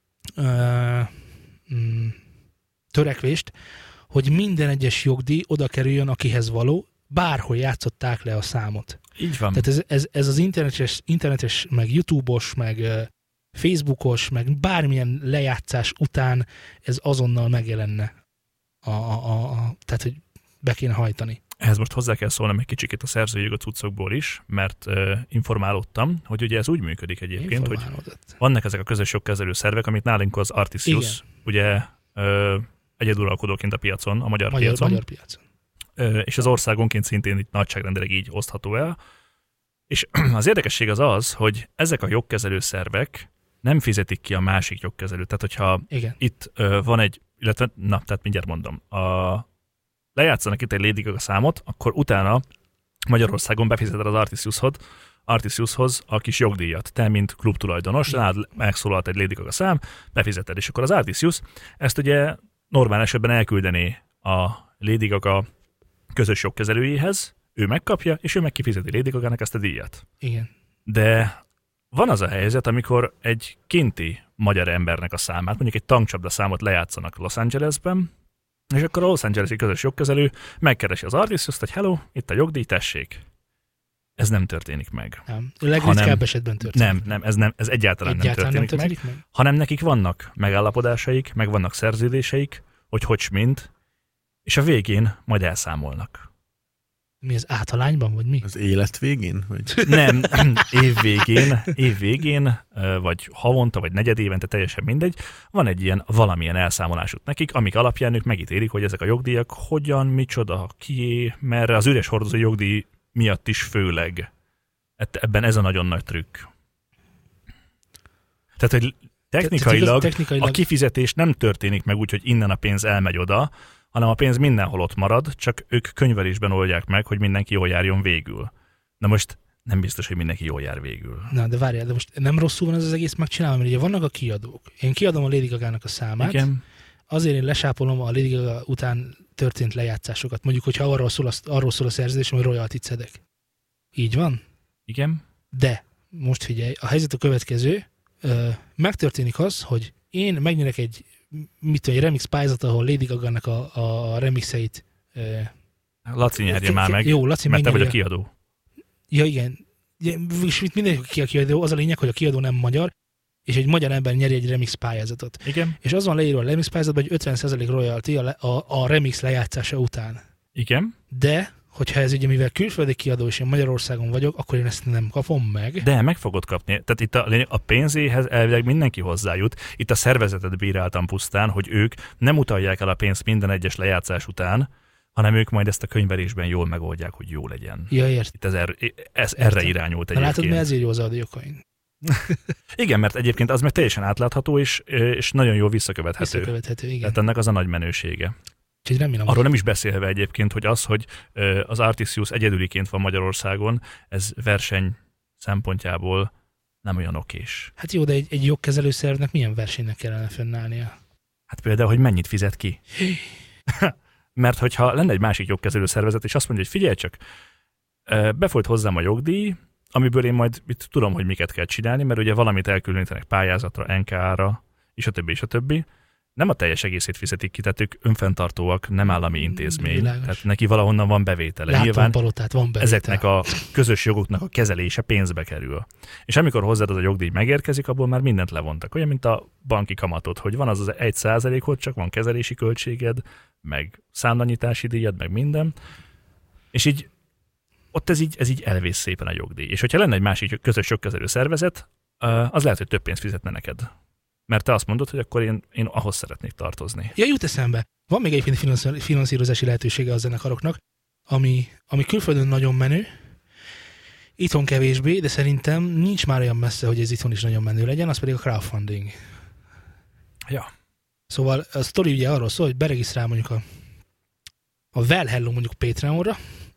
törekvést, hogy minden egyes jogdíj oda kerüljön, akihez való, bárhol játszották le a számot. Így van. Tehát ez az internetes, meg YouTube-os, meg Facebookos, meg bármilyen lejátszás után ez azonnal megjelenne. Tehát, hogy be kéne hajtani. Ehhez most hozzá kell szólnom egy kicsikét a szerzői jogot cuccokból is, mert informálódtam, hogy ugye ez úgy működik egyébként, hogy vannak ezek a közös jogkezelő szervek, amit nálunk az Artisius, ugye egyeduralkodóként a piacon, a magyar piacon. És az országonként szintén itt nagyságrendileg így osztható el. És az érdekesség az, hogy ezek a jogkezelő szervek nem fizetik ki a másik jogkezelőt. Tehát, hogyha itt van egy, illetve, tehát mindjárt mondom, lejátszanak itt egy Lady Gaga számot, akkor utána Magyarországon befizeted az Artisiushoz a kis jogdíjat. Te, mint klubtulajdonos, rád megszólalt egy Lady Gaga szám, befizeted, és akkor az Artisius ezt ugye normál esetben elküldené a Lady Gaga közös jogkezelőjéhez, ő megkapja, és ő meg kifizeti Lady Gagának ezt a díjat. Igen. De van az a helyzet, amikor egy kinti magyar embernek a számát, mondjuk egy tankcsapda számot lejátszanak Los Angelesben, és akkor a Los Angeles-i közös jogkezelő megkeresi az Artisiust, hogy hello, itt a jogdíj, tessék. Ez nem történik meg. Nem. A legritkább esetben történik. Ez egyáltalán nem történik meg. Hanem nekik vannak megállapodásaik, meg vannak szerződéseik, hogy mint, és a végén majd elszámolnak. Mi az általányban, vagy mi? Az élet végén? Vagy? Nem, év végén, vagy havonta, vagy negyedévente, teljesen mindegy, van egy ilyen valamilyen elszámolásuk nekik, amik alapján ők megítélik, hogy ezek a jogdíjak hogyan, micsoda, kié, mert az üres hordozó jogdíj miatt is főleg. Ebben ez a nagyon nagy trükk. Tehát, hogy technikailag a kifizetés nem történik meg úgy, hogy innen a pénz elmegy oda, hanem a pénz mindenhol ott marad, csak ők könyvelésben oldják meg, hogy mindenki jól járjon végül. Na most nem biztos, hogy mindenki jól jár végül. Na, de várjál, de most nem rosszul van ez az egész megcsinálva, mert ugye vannak a kiadók. Én kiadom a Lady Gagának a számát, igen. Azért én lesápolom a Lady Gaga után történt lejátszásokat. Mondjuk, hogyha arról szól a szerződés, hogy royalty-t szedek. Így van? Igen. De, most figyelj, a helyzet a következő. Megtörténik az, hogy én megnyerek egy remix pályázat, ahol Lady Gaga-nak a remixeit... Laci nyerje már meg, jó, Laci mert te vagy a kiadó. Ja, igen. És mindenki a kiadó, az a lényeg, hogy a kiadó nem magyar, és egy magyar ember nyeri egy remix pályázatot. Igen. És az van leírva a remix pályázatban, hogy 50% royalty a remix lejátszása után. Igen. De, hogyha ez ugye, mivel külföldi kiadó, és én Magyarországon vagyok, akkor én ezt nem kapom meg. De meg fogod kapni. Tehát itt a pénzéhez elvileg mindenki hozzájut. Itt a szervezetet bíráltam pusztán, hogy ők nem utalják el a pénzt minden egyes lejátszás után, hanem ők majd ezt a könyvelésben jól megoldják, hogy jó legyen. Ja, ért. Itt ez erre irányult egyébként. Látod, mi ezért jó az audiocoin? Igen, mert egyébként az meg teljesen átlátható, és nagyon jól visszakövethető. Igen. Tehát ennek az a nagy menősége. Arról nem is beszélve egyébként, hogy az Artisius egyedüliként van Magyarországon, ez verseny szempontjából nem olyan okés. Hát jó, de egy jogkezelő szervnek milyen versenynek kellene fönnállnia? Hát például, hogy mennyit fizet ki. Mert hogyha lenne egy másik jogkezelő szervezet, és azt mondja, hogy figyelj csak, befolyt hozzám a jogdíj, amiből én majd tudom, hogy miket kell csinálni, mert ugye valamit elkülönítenek pályázatra, NK-ra, és a többi. Nem a teljes egészét fizetik ki, tehát ők önfenntartóak, nem állami intézmény. Világos. Tehát neki valahonnan van bevétele. Látom Nyilván palotát, van bevétel. ezeknek a közös jogoknak a kezelése pénzbe kerül. És amikor hozzád az a jogdíj megérkezik, abból már mindent levontak. Olyan, mint a banki kamatot, hogy van az 1%-ot, csak van kezelési költséged, meg számlanyítási díjad, meg minden. És így ott ez így elvész szépen a jogdíj. És hogyha lenne egy másik közös jogkezelő szervezet, az lehet, hogy több pénzt fizetne neked. Mert te azt mondod, hogy akkor én ahhoz szeretnék tartozni. Ja, jut eszembe. Van még egyébként finanszírozási lehetősége a zenekaroknak, ami külföldön nagyon menő, itthon kevésbé, de szerintem nincs már olyan messze, hogy ez itthon is nagyon menő legyen, az pedig a crowdfunding. Ja. Szóval a sztori ugye arról szól, hogy beregisztrál mondjuk a Well Hello mondjuk Patreonra,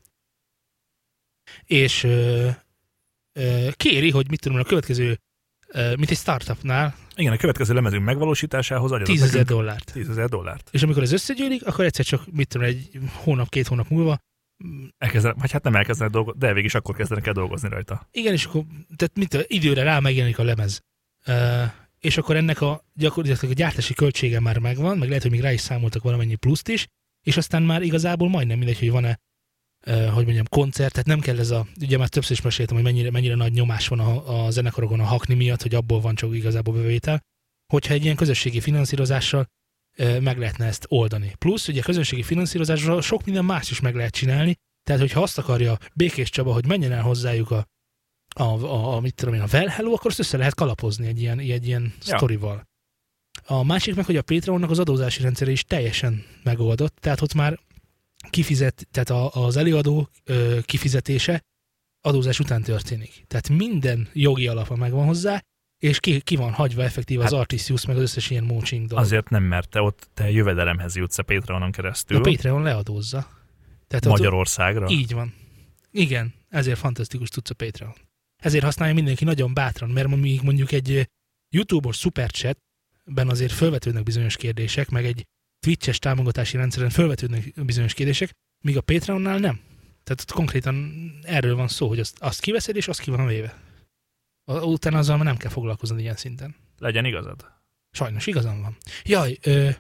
és kéri, hogy mit tudom, a következő, mint egy startupnál. Igen, a következő lemezünk megvalósításához adjatok $10,000. $10,000. És amikor ez összegyűlik, akkor egyszer csak, mit tudom, egy hónap, 2 hónap múlva nem elkezdenek dolgozni, de végig is akkor kezdenek el dolgozni rajta. Igen, és akkor tehát időre rá megjelenik a lemez. És akkor ennek gyakorlatilag a gyártási költsége már megvan, meg lehet, hogy még rá is számoltak valamennyi pluszt is, és aztán már igazából majdnem mindegy, hogy van-e hogy mondjam, koncert, tehát nem kell ez ugye már többször is meséltem, hogy mennyire nagy nyomás van a zenekarokon a Hackney miatt, hogy abból van csak igazából bevétel, hogyha egy ilyen közösségi finanszírozással meg lehetne ezt oldani. Plusz ugye közösségi finanszírozásra sok minden más is meg lehet csinálni, tehát hogyha azt akarja Békés Csaba, hogy menjen el hozzájuk mit tudom én, a Well Hello, akkor azt össze lehet kalapozni egy ilyen sztorival. A másik meg, hogy a Patreonnak az adózási rendszere is teljesen megoldott, tehát ott már tehát az előadó kifizetése adózás után történik. Tehát minden jogi alapa megvan hozzá, és ki van hagyva effektíve az Artisius, meg az összes ilyen mócsing dolog. Azért nem, mert te jövedelemhez jutsz a Patreonon keresztül. A Patreon leadózza. Tehát Magyarországra? Így van. Igen, ezért fantasztikus tudsz a Patreon. Ezért használja mindenki nagyon bátran, mert mondjuk egy YouTube-os superchatben azért felvetődnek bizonyos kérdések, meg egy Twitch-es támogatási rendszeren felvetődnek bizonyos kérdések, míg a Patreonnál nem. Tehát ott konkrétan erről van szó, hogy azt kiveszed, és azt ki van véve. Utána azzal már nem kell foglalkozni ilyen szinten. Legyen igazad. Sajnos igazam van. Jaj,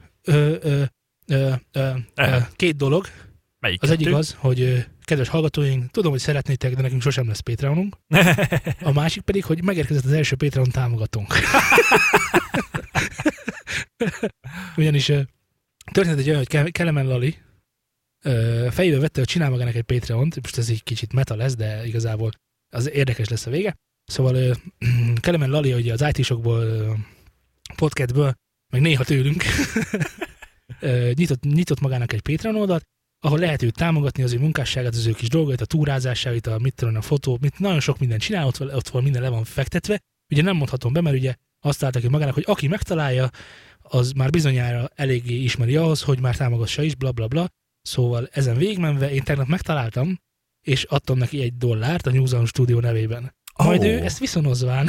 két dolog. Melyik az egyik az, hogy kedves hallgatóink, tudom, hogy szeretnétek, de nekünk sosem lesz Patreonunk. A másik pedig, hogy megérkezett az első Patreon támogatónk. Ugyanis történt egy olyan, hogy Kelemen Lali fejébe vette, hogy csinál magának egy Patreont, most ez egy kicsit meta lesz, de igazából az érdekes lesz a vége. Szóval Kelemen Lali ugye az IT-sokból, podcastből, meg néha tőlünk nyitott magának egy Patreon oldalt, ahol lehet őt támogatni, az ő munkásságát, az ő kis dolgait, a túrázásait, a fotó, nagyon sok mindent csinál, ott van minden le van fektetve. Ugye nem mondhatom be, mert ugye azt álltak magának, hogy aki megtalálja, az már bizonyára eléggé ismeri ahhoz, hogy már támogassa is, bla bla bla. Szóval ezen végigmenve én tegnap megtaláltam, és adtam neki $1 a New Sound Studio nevében. Majd ő ezt viszonozván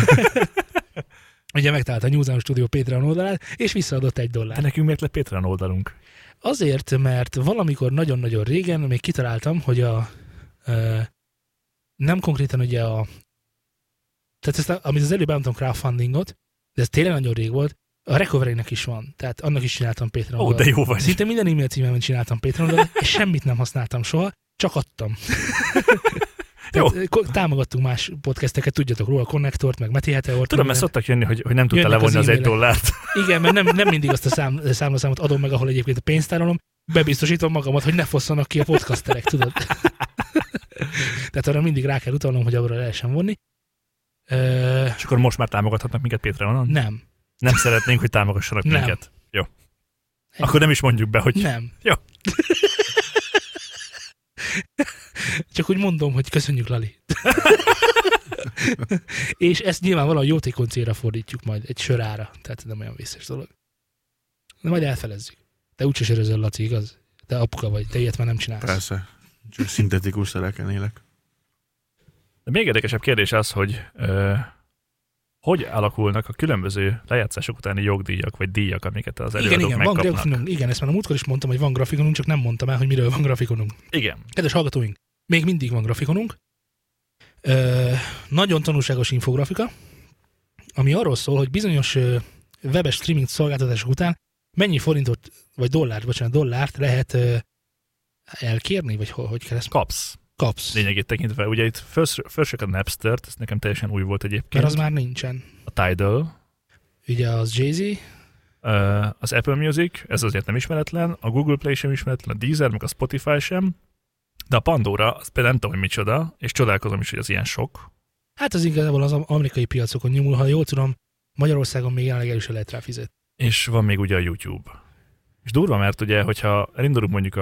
ugye megtalálta a New Sound Studio Patreon oldalát, és visszaadott $1. De nekünk miért lett Patreon oldalunk? Azért, mert valamikor nagyon-nagyon régen még kitaláltam, hogy nem konkrétan ugye tehát amit az előbb elmondtam crowdfundingot, de ez tényleg nagyon rég volt, a Recovery-nek is van, tehát annak is csináltam Patreon oldalt. De jó vagy. Szinte minden e-mail címemben csináltam Patreon oldalt, és semmit nem használtam soha, csak adtam. Támogattunk más podcasteket, tudjatok róla, Connektort, meg Meti Heteort. Tudom, mert szoktak jönni, hogy nem tudta levonni az $1. Igen, mert nem mindig azt a számlaszámot adom meg, ahol egyébként a pénzt tárolom, bebiztosítom magamat, hogy ne fosszanak ki a podcasterek, tudod? Tehát arra mindig rá kell utalnom, hogy abra lehessen vonni. És akkor most már támogathatnak minket Patreonon? Nem. Nem szeretnénk, hogy támogassanak minket. Jó. Akkor nem is mondjuk be, hogy... Nem. Jó. Csak úgy mondom, hogy köszönjük, Lali. És ezt nyilván valahogy jótékony célra fordítjuk majd egy sörára. Tehát nem olyan vészes dolog. De majd elfelezzük. Te úgyse sörözöl, Laci, igaz? Te apuka vagy, te ilyet már nem csinálsz. Persze. Csak szintetikus szereken élek. De még érdekesebb kérdés az, hogy hogy alakulnak a különböző lejátszások utáni jogdíjak, vagy díjak, amiket az előadók megkapnak. Igen, ezt már a múltkor is mondtam, hogy van grafikonunk, csak nem mondtam el, hogy miről van grafikonunk. Igen. Kedves hallgatóink, még mindig van grafikonunk. Nagyon tanulságos infografika, ami arról szól, hogy bizonyos webes streaming szolgáltatások után mennyi forintot, vagy dollárt lehet elkérni, vagy hogy kell ezt? Kapsz. Lényegét tekintve. Ugye itt felsők a Napster-t, ez nekem teljesen új volt egyébként. Mert az már nincsen. A Tidal. Ugye az Jay-Z. Az Apple Music, ez azért nem ismeretlen, a Google Play sem ismeretlen, a Deezer, meg a Spotify sem, de a Pandora, az például nem tudom, hogy micsoda, és csodálkozom is, hogy az ilyen sok. Hát az igazából az amerikai piacokon nyomul, ha jól tudom, Magyarországon még jelenleg elősen lehet rá fizetni. És van még ugye a YouTube. És durva, mert ugye, hogyha elindulunk mondjuk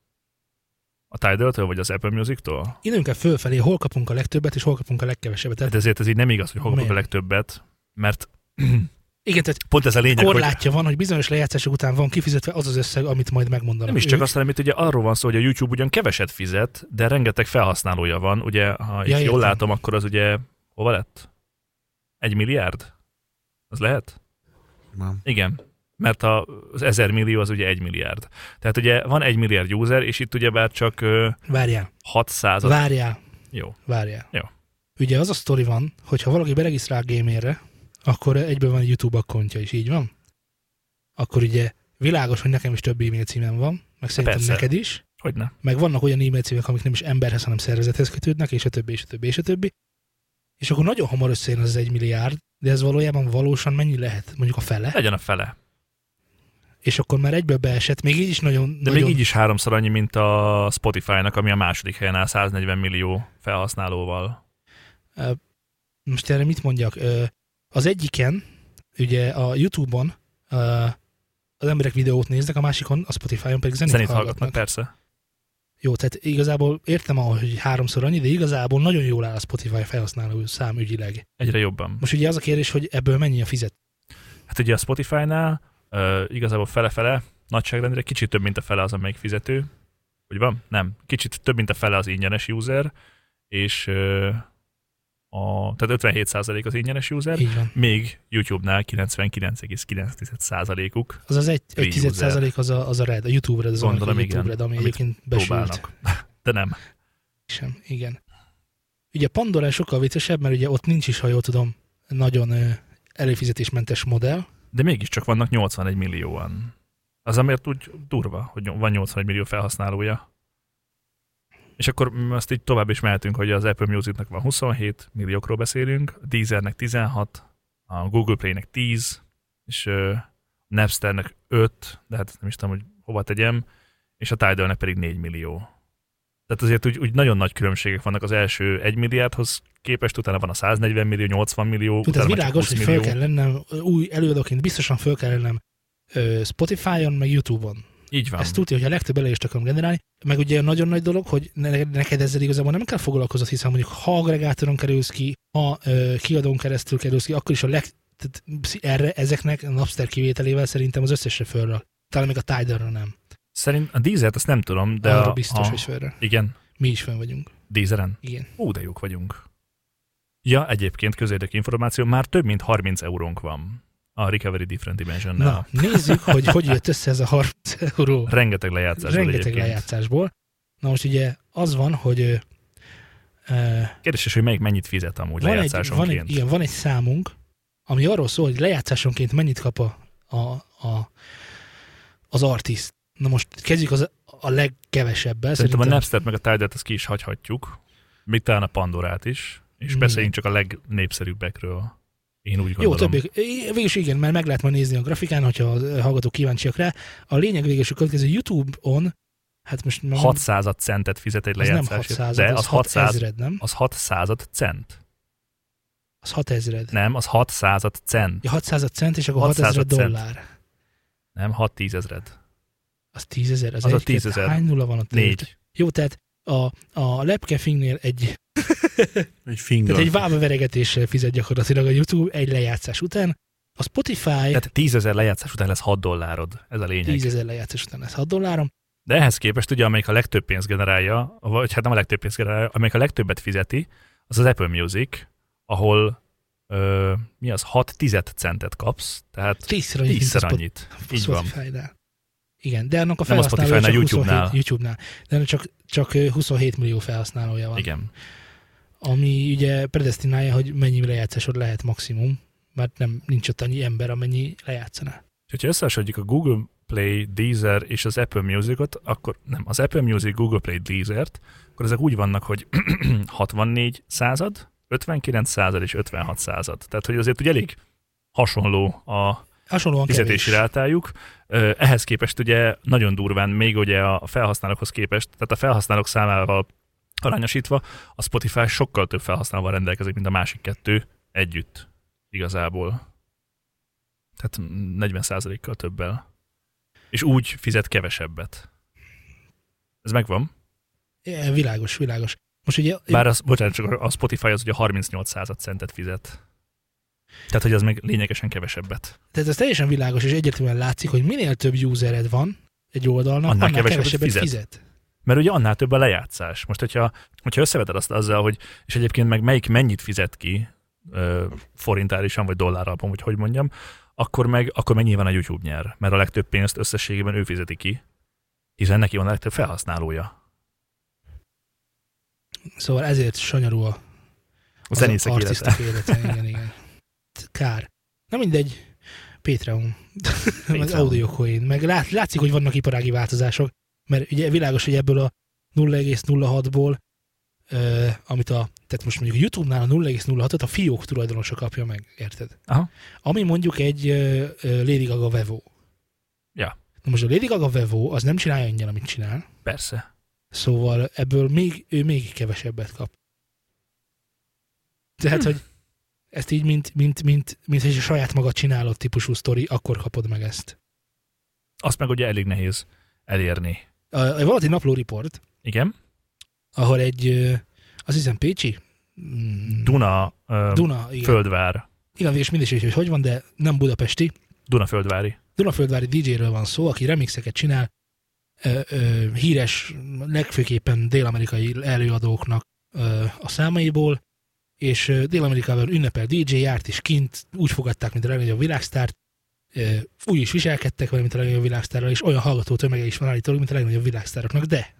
a Tidal-től, vagy az Apple Music-tól? Innünk kell fölfelé, hol kapunk a legtöbbet, és hol kapunk a legkevesebbet. Tehát ezért ez így nem igaz, hogy hol kapunk a legtöbbet, mert igen, tehát pont ez a lényeg, korlátja van, hogy bizonyos lejátszások után van kifizetve az az összeg, amit majd megmondanak. Nem is csak azt, hanem itt ugye arról van szó, hogy a YouTube ugyan keveset fizet, de rengeteg felhasználója van. Ugye, ha jól látom, akkor az ugye hova lett? 1 milliárd? Az lehet? Nem. Igen. Mert az 1000 millió az ugye 1 milliárd. Tehát ugye van 1 milliárd user, és itt ugyebár csak Várjál. 600. Jó. Várjál. Ugye az a sztori van, hogy ha valaki beregisztrál Gamerre, akkor egyből van egy YouTube akkontja is, így van? Akkor ugye világos, hogy nekem is több e-mail címem van, meg szerintem persze. Neked is. Hogyne. Meg vannak olyan e-mail címek, amik nem is emberhez, hanem szervezethez kötődnek, és a többi, és a többi, és a többi. És akkor nagyon hamar összejön az 1 milliárd, de ez valójában valósan mennyi lehet? Mondjuk a fele? Legyen a fele. És akkor már egyből beesett, még így is nagyon... De még így is 3-szor annyi, mint a Spotify-nak, ami a második helyen áll 140 millió felhasználóval. Most erre mit mondjak? Az egyiken, ugye a YouTube-on az emberek videót néznek, a másikon, a Spotify-on pedig zenét hallgatnak. Persze. Jó, tehát igazából értem, hogy 3-szor annyi, de igazából nagyon jól áll a Spotify felhasználó szám ügyileg. Egyre jobban. Most ugye az a kérdés, hogy ebből mennyi a fizet? Hát ugye a Spotify-nál igazából fele-fele, nagyságrendire kicsit több, mint a fele az, amelyik fizető. Úgy van? Nem. Kicsit több, mint a fele az ingyenes user, és tehát 57% az ingyenes user, még YouTube-nál 99,9%-uk. Az 1,1% az a Red, a YouTube Red, az a YouTube Red, ami egyébként besült. De nem. Sem, igen. Ugye a Pandora sokkal viccesebb, mert ugye ott nincs is, ha jól tudom, nagyon előfizetésmentes modell. De mégiscsak vannak 81 millióan. Az amiért úgy durva, hogy van 81 millió felhasználója. És akkor azt így tovább is mehetünk, hogy az Apple Musicnak van 27 milliókról beszélünk, a Deezernek 16, a Google Play-nek 10, és Napsternek 5, de hát nem is tudom, hogy hova tegyem, és a Tidalnek pedig 4 millió. Tehát azért úgy nagyon nagy különbségek vannak az első 1 milliárdhoz képest, utána van a 140 millió, 80 millió, ez világos, hogy föl kell lennem, új előadóként biztosan föl kell lennem Spotify-on, meg YouTube-on. Így van. Ezt tudja, hogy a legtöbb elérést akarom generálni, meg ugye nagyon nagy dolog, hogy neked ezzel igazából nem kell foglalkozni, hiszen mondjuk ha agregátoron kerülsz ki, ha kiadón keresztül kerülsz ki, akkor is erre ezeknek a Napster kivételével szerintem az összesre fölre. Talán még a Tidalra nem. Szerint a Deezert azt nem tudom, de arra biztos, hogy fölre. Igen. Mi is fönn vagyunk. Deezeren? Igen. De jók vagyunk. Ja, egyébként közérdekű információ, már több mint 30 eurónk van a Recovery Different Dimension-nál. Na, nézzük, hogy jött össze ez a 30 euró. Rengeteg lejátszásból. Na most ugye az van, hogy... Kérdés, hogy mennyit fizet amúgy lejátszásonként. Van egy számunk, ami arról szól, hogy lejátszásonként mennyit kap az artist. Na most kezdjük a legkevesebbel. Szerintem a Napster-t meg a Tidal-t azt ki is hagyhatjuk, még talán a Pandorát is, és beszéljünk csak a legnépszerűbbekről. Én úgy gondolom. Jó, végülis igen, mert meg lehet majd nézni a grafikán, hogyha a hallgatók kíváncsiak rá. A lényeg végülis a következő YouTube-on, hát most... 600 centet fizet egy lejátszásért. De az 600, nem? Az 600 cent. Az 6000. Nem, az 600 cent. Ja, 600 cent, és akkor 6000 dollár. Nem, 6-10 ezred. Az 10 000. Az a 10 000. Hány nulla van ott? 4. Jó, tehát a lepkefingnél egy finger. Tehát egy vámveregetéssel fizet gyakorlatilag a YouTube egy lejátszás után, A Spotify... Tehát 10 000 lejátszás után lesz $6, ez a lényeg. 10 000 lejátszás után lesz $6. De ehhez képest ugye, amelyik a legtöbb pénzt generálja, vagy hát nem a legtöbb pénzt generálja, amelyik a legtöbbet fizeti, az az Apple Music, ahol 6 centet kapsz, tehát 10-szer annyit. Így van. Igen, de annak a felhasználója csak YouTube-nál. De csak 27 millió felhasználója van. Igen. Ami ugye predesztinálja, hogy mennyi lejátszásod lehet maximum, mert nincs ott annyi ember, amennyi lejátszaná. Ha összehasonlítjuk a Google Play, Deezer és az Apple Music-ot, akkor nem, az Apple Music, Google Play, Deezert, akkor ezek úgy vannak, hogy 64%, 59% és 56%. Tehát, hogy azért ugye elég hasonló a fizetési rátájuk. Ehhez képest ugye nagyon durván, még ugye a felhasználókhoz képest, tehát a felhasználók számával arányosítva, a Spotify sokkal több felhasználóval rendelkezik, mint a másik kettő együtt igazából. Tehát 40%-kal többel. És úgy fizet kevesebbet. Ez megvan? Világos. Most ugye... Bár a Spotify az ugye 38 centet fizet. Tehát, hogy az meg lényegesen kevesebbet. Tehát ez teljesen világos, és egyértelműen látszik, hogy minél több usered van egy oldalnak, annál kevesebbet fizet. Mert ugye annál több a lejátszás. Most, hogyha összeveted azt azzal, hogy és egyébként meg melyik mennyit fizet ki forintárisan, vagy dolláralapon, vagy hogy mondjam, akkor meg nyilván a YouTube nyer. Mert a legtöbb pénzt összességében ő fizeti ki, hiszen neki van a legtöbb felhasználója. Szóval ezért sanyarú a zenészek élete. Igen. Kár. Na mindegy. Patreon. Az AudioCoin. Meg látszik, hogy vannak iparági változások, mert ugye világos, hogy ebből a 0,06-ból tehát most mondjuk a YouTube-nál a 0,06-ot a fiók tulajdonosa kapja meg, érted? Aha. Ami mondjuk egy Lady Gaga Vevo. Ja. Na most a Lady Gaga Vevo az nem csinálja ingyen, amit csinál. Persze. Szóval ebből ő még kevesebbet kap. Tehát, hogy ezt így, mint hogy a saját magad csinálod típusú sztori, akkor kapod meg ezt. Azt meg ugye elég nehéz elérni. Volt egy napló riport. Igen. Ahol egy, azt hiszem Pécsi? Duna igen. Földvár. Igen, és mindegy, hogy van, de nem budapesti. Dunaföldvári DJ-ről van szó, aki remixeket csinál híres, legfőképpen dél-amerikai előadóknak a számaiból, és Dél-Amerikában ünnepel DJ, járt is kint, úgy fogadták, mint a legnagyobb világsztárt, úgy is viselkedtek vele, mint a legnagyobb világsztárral, és olyan hallgató tömege is van állítólag, mint a legnagyobb világsztároknak, de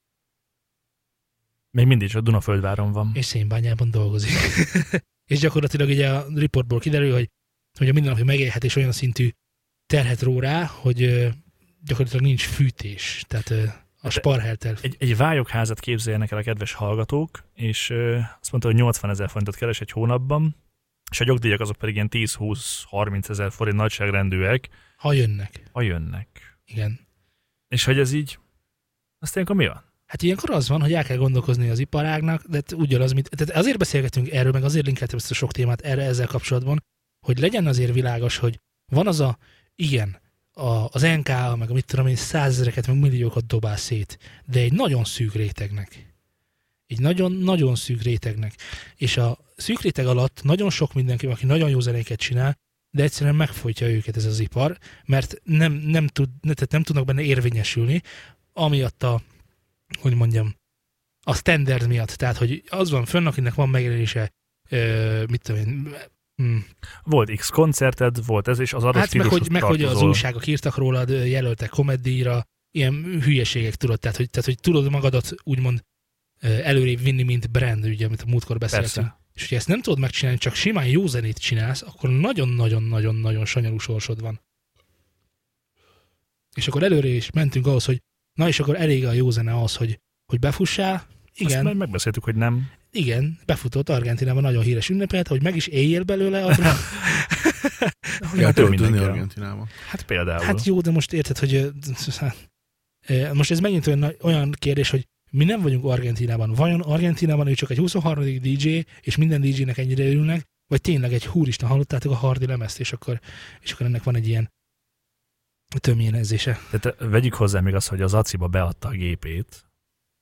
még mindig a Dunaföldváron van. És Szénbányában dolgozik. És gyakorlatilag ugye a riportból kiderül, hogy a mindennapi megélhetés olyan szintű terhet ró rá, hogy gyakorlatilag nincs fűtés. Tehát a sparheltel. Egy vályogházat képzeljenek el a kedves hallgatók, és azt mondta, hogy 80 000 forintot keres egy hónapban, és a jogdíjak azok pedig ilyen 10-20-30 000 forint nagyságrendűek. Ha jönnek. Igen. És hogy ez így, azt ilyenkor mi van? Hát ilyenkor az van, hogy el kell gondolkozni az iparágnak, de ugyanaz, tehát azért beszélgetünk erről, meg azért linkeltem ezt a sok témát ezzel kapcsolatban, hogy legyen azért világos, hogy van az az NK, meg a mit tudom én, 100 000-eket, meg milliókat dobál szét, de egy nagyon szűk rétegnek. Egy nagyon-nagyon szűk rétegnek. És a szűk réteg alatt nagyon sok mindenki, aki nagyon jó zenéket csinál, de egyszerűen megfojtja őket ez az ipar, mert nem tudnak benne érvényesülni, amiatt a standard miatt. Tehát, hogy az van fönn, akinek van megjelenése, mit tudom én, Volt X koncerted, volt ez, és az adott stílushoz tartozol. Meg hogy az újságok írtak rólad, jelöltek komedíjra, ilyen hülyeségek tudod, tehát hogy tudod magadat úgymond előrébb vinni, mint brand, ugye, amit a múltkor beszéltünk. Persze. És hogyha ezt nem tudod megcsinálni, csak simán jó zenét csinálsz, akkor nagyon-nagyon-nagyon-nagyon sanyarú sorsod van. És akkor előre is mentünk ahhoz, hogy na és akkor elég a jó zene az, hogy befussál. Igen. Azt már megbeszéltük, hogy nem. Igen, befutott Argentinában nagyon híres ünnepet, hogy meg is éljél belőle. Kell tölteni Argentinában. Hát például. Hát jó, de most érted, hogy most ez megint olyan kérdés, hogy mi nem vagyunk Argentinában. Vajon Argentinában ő csak egy 23. DJ, és minden DJ-nek ennyire örülnek, vagy tényleg egy húristen hallottátok a Hardy lemezt, és akkor ennek van egy ilyen tömjénezése. Tehát vegyük hozzá még azt, hogy az ACI-ba beadta a gépét,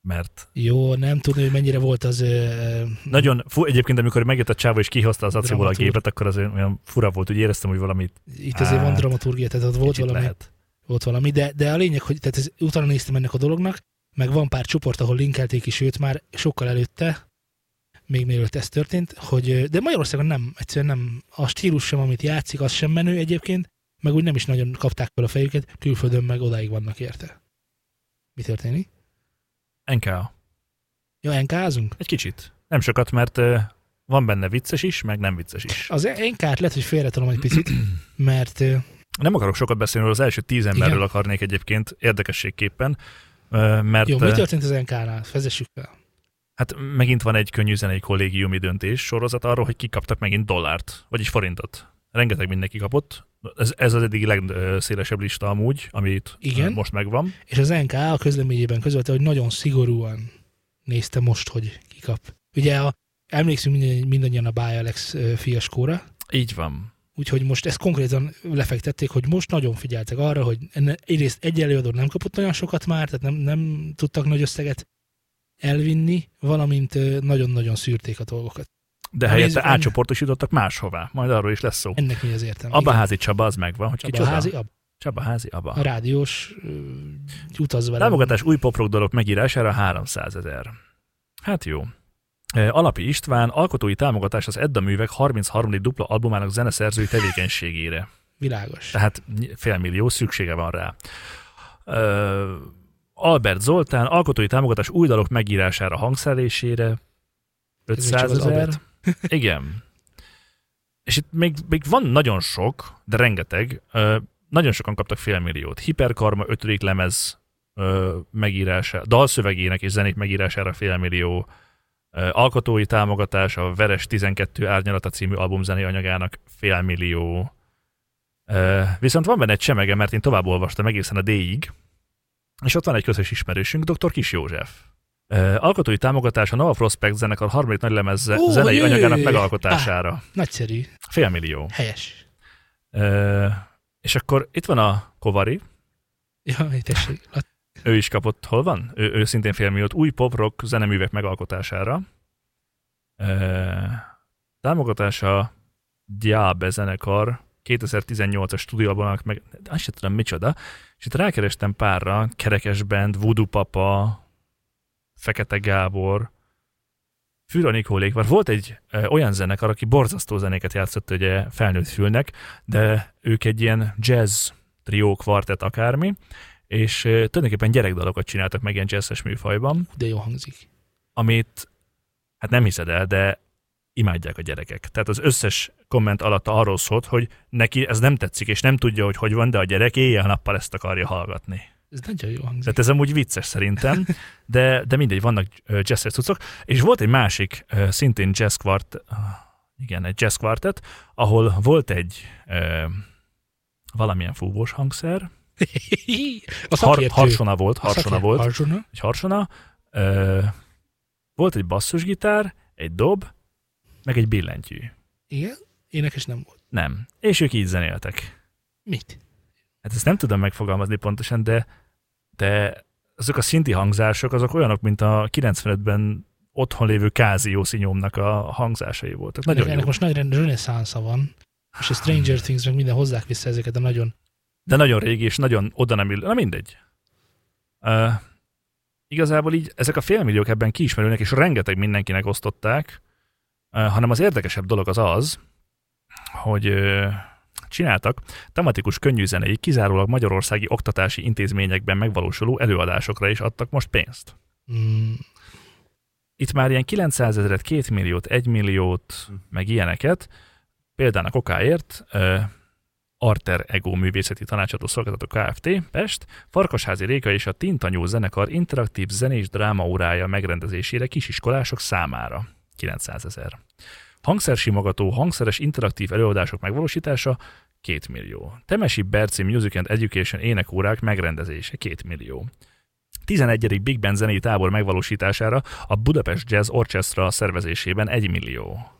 mert... Jó, nem tudni, hogy mennyire volt az... Nagyon, egyébként amikor megjött a csávó és kihozta az acéból a gépet, akkor az olyan fura volt, úgy éreztem, hogy valamit... Itt azért van dramaturgia, tehát ott volt valami, de a lényeg, hogy tehát utána néztem ennek a dolognak, meg van pár csoport, ahol linkelték is őt már sokkal előtte, még mielőtt ez történt, hogy, de Magyarországon nem, egyszerűen nem, a stílus sem, amit játszik, az sem menő egyébként, meg úgy nem is nagyon kapták fel a fejüket, külföldön meg odáig vannak érte. Mi történik? NK. Ja, NK-zunk? Egy kicsit. Nem sokat, mert van benne vicces is, meg nem vicces is. Az NK-t lehet, hogy félretolom egy picit, mert... Nem akarok sokat beszélni, az első 10 emberről igen. Akarnék egyébként érdekességképpen, mert... Jó, mi történt az NK-nál? Vezessük fel. Hát megint van egy könnyű zenei kollégiumi döntés sorozat arról, hogy kikaptak megint dollárt, vagyis forintot. Rengeteg mindenki kapott. Ez az eddigi legszélesebb lista amúgy, amit igen. Most megvan. És az NK a közleményében közölte, hogy nagyon szigorúan nézte most, hogy kikap. Ugye emlékszünk mindannyian a Báj Alex fiaskóra. Így van. Úgyhogy most ezt konkrétan lefektették, hogy most nagyon figyeltek arra, hogy egyrészt egy előadó nem kapott olyan sokat már, tehát nem tudtak nagy összeget elvinni, valamint nagyon-nagyon szűrték a dolgokat. De helyette átcsoportosítottak máshová, majd arról is lesz szó. Ennek mi az értelme? Abaházi Csaba az megvan, hogy Csabaházi Abba. A rádiós utaz vele. Támogatás új poprock dalok megírására 300 000. Hát jó. Alapi István alkotói támogatás az Edda művek 33. dupla albumának zeneszerzői tevékenységére. Világos. Tehát 500 000 szüksége van rá. Albert Zoltán alkotói támogatás új dalok megírására, hangszerelésére 500 000. Igen. És itt még van nagyon sok, de rengeteg. Nagyon sokan kaptak 500 000. Hiperkarma 5. lemez megírása, dalszövegének és zenét megírására 500 000. Alkotói támogatás a Veres 12 árnyalata című album zenei anyagának 500 000. Viszont van benne egy csemege, mert én tovább olvastam egészen a D-ig, és ott van egy közös ismerősünk, dr. Kis József. Alkotói támogatás a Nova Prospect zenekar harmadik nagylemez zenei anyagának megalkotására. Nagyszerű. 500 000. Helyes. És akkor itt van a Kovari. Ja, tessék. Ő is kapott, hol van? Ő szintén 500 000 új pop-rock zeneművek megalkotására. Támogatása Diabe zenekar 2018-as stúdióalbumnak meg, azt sem tudom micsoda, és itt rákerestem párra, Kerekes Band, Voodoo Papa, Fekete Gábor, Fűra Nikólék, mert volt egy olyan zenekar, aki borzasztó zenéket játszott ugye felnőtt fülnek, de ők egy ilyen jazz trió, kvartett akármi, és tulajdonképpen gyerekdalokat csináltak meg ilyen jazzes műfajban. De jó hangzik. Amit, hát nem hiszed el, de imádják a gyerekek. Tehát az összes komment alatt arról szólt, hogy neki ez nem tetszik, és nem tudja, hogy van, de a gyerek éjjel-nappal ezt akarja hallgatni. Ez nagyon jó hangzik. Tehát ez amúgy vicces szerintem, de mindegy, vannak jazzes cuccok. És volt egy másik, szintén jazz quartet, ahol volt egy valamilyen fúvós hangszer. Harsona volt. Egy harsona. Volt egy basszusgitár, egy dob, meg egy billentyű. Igen? Énekes nem volt. Nem. És ők így zenéltek. Mit? Hát ezt nem tudom megfogalmazni pontosan, de azok a szinti hangzások, azok olyanok, mint a 95-ben otthon lévő Casio szinyómnak a hangzásai voltak. Nagyon ennek most nagy reneszánsza van, és a Stranger Things meg minden hozzák vissza ezeket a nagyon... De nagyon régi, és nagyon oda nem na mindegy. Igazából így ezek a 500 000 ebben kiismerülnek, és rengeteg mindenkinek osztották, hanem az érdekesebb dolog az, hogy csináltak tematikus könnyűzenei, kizárólag magyarországi oktatási intézményekben megvalósuló előadásokra is adtak most pénzt. Itt már ilyen 900 000, 2 milliót, 1 milliót, meg ilyeneket. Példának okáért Arter Ego művészeti tanácsadó szolgáltató Kft. Pest, Farkasházi Réka és a Tintanyó zenekar interaktív zenés drámaórája megrendezésére kisiskolások számára 900 000. Hangszersimogató, hangszeres interaktív előadások megvalósítása 2 millió. Temesi Berci Music and Education énekórák megrendezése 2 millió. 11. Big Band zenei tábor megvalósítására a Budapest Jazz Orchestra szervezésében 1 millió.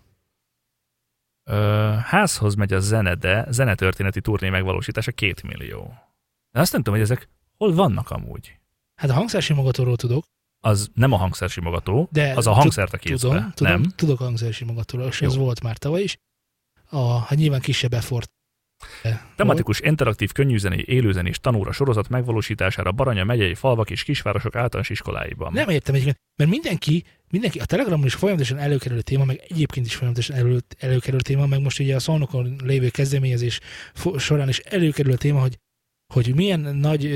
Házhoz megy a zene, de zenetörténeti turné megvalósítása 2 millió. De azt nem tudom, hogy ezek hol vannak amúgy. Hát a hangszersimogatóról tudok. az nem a hangszersimogató, az a hangszert a kézbe. Tudok hangszersimogatóról, és ez volt már tavaly is. Hát nyilván kisebb effort. Tematikus, interaktív, könnyűzenei, élőzenés tanóra sorozat megvalósítására Baranya megyei falvak és kisvárosok általános iskoláiban. Nem értem egyébként, mert mindenki a Telegramon is folyamatosan előkerülő téma, meg egyébként is folyamatosan előkerülő téma, meg most ugye a Szolnokon lévő kezdeményezés során is előkerülő téma, hogy milyen nagy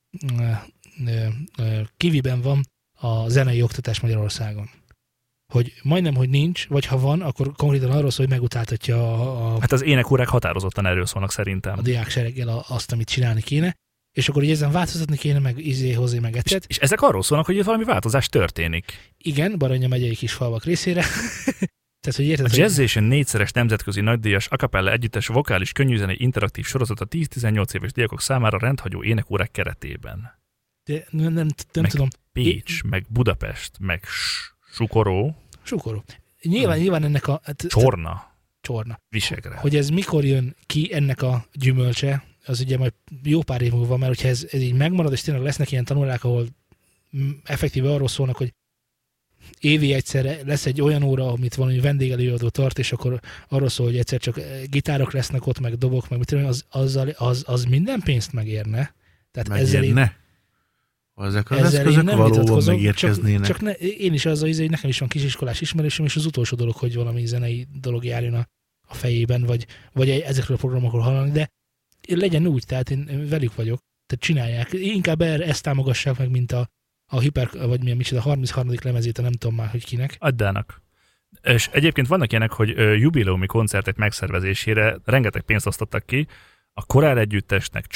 kiviben van a zenei oktatás Magyarországon. Hogy majdnem, hogy nincs, vagy ha van, akkor konkrétan arról szól, hogy megutáltatja Hát az énekórák határozottan erről szólnak szerintem. A diáksereggel azt, amit csinálni kéne, és akkor így ezen változtatni kéne, meg hozni, meg egyet. És ezek arról szólnak, hogy valami változás történik. Igen, Baranya megyei Kisfalvak részére. Tehát, hogy érted, a Jazzation 4-szeres nemzetközi nagydíjas a cappella együttes vokális könnyűzenei interaktív sorozat a 10-18 éves diákok számára rendhagyó énekórák keretében. De nem tudom. Pécs, meg Budapest, meg Sukoró. Nyilván ennek a... Csorna. Visegrád. Hogy ez mikor jön ki ennek a gyümölcse, az ugye majd jó pár év múlva, mert hogyha ez így megmarad, és tényleg lesznek ilyen tanulák, ahol effektíve arról szólnak, hogy évi egyszer lesz egy olyan óra, amit valami vendégelőadó tart, és akkor arról szól, hogy egyszer csak gitárok lesznek ott, meg dobok, meg mit tudom, az minden pénzt megérne. Tehát megérne? Ezek az eszközök valóban megérkeznének. Csak én is azzal, hogy nekem is van kisiskolás ismerősöm, és az utolsó dolog, hogy valami zenei dolog járjon a fejében, vagy ezekről a programokról hallani, de legyen úgy, tehát én velük vagyok, tehát csinálják. Inkább ezt támogassák meg, mint a vagy milyen micsoda 33. lemezét, nem tudom már, hogy kinek. Addának. És egyébként vannak ilyenek, hogy jubileumi koncertek megszervezésére rengeteg pénzt osztottak ki, a Korál együttesnek,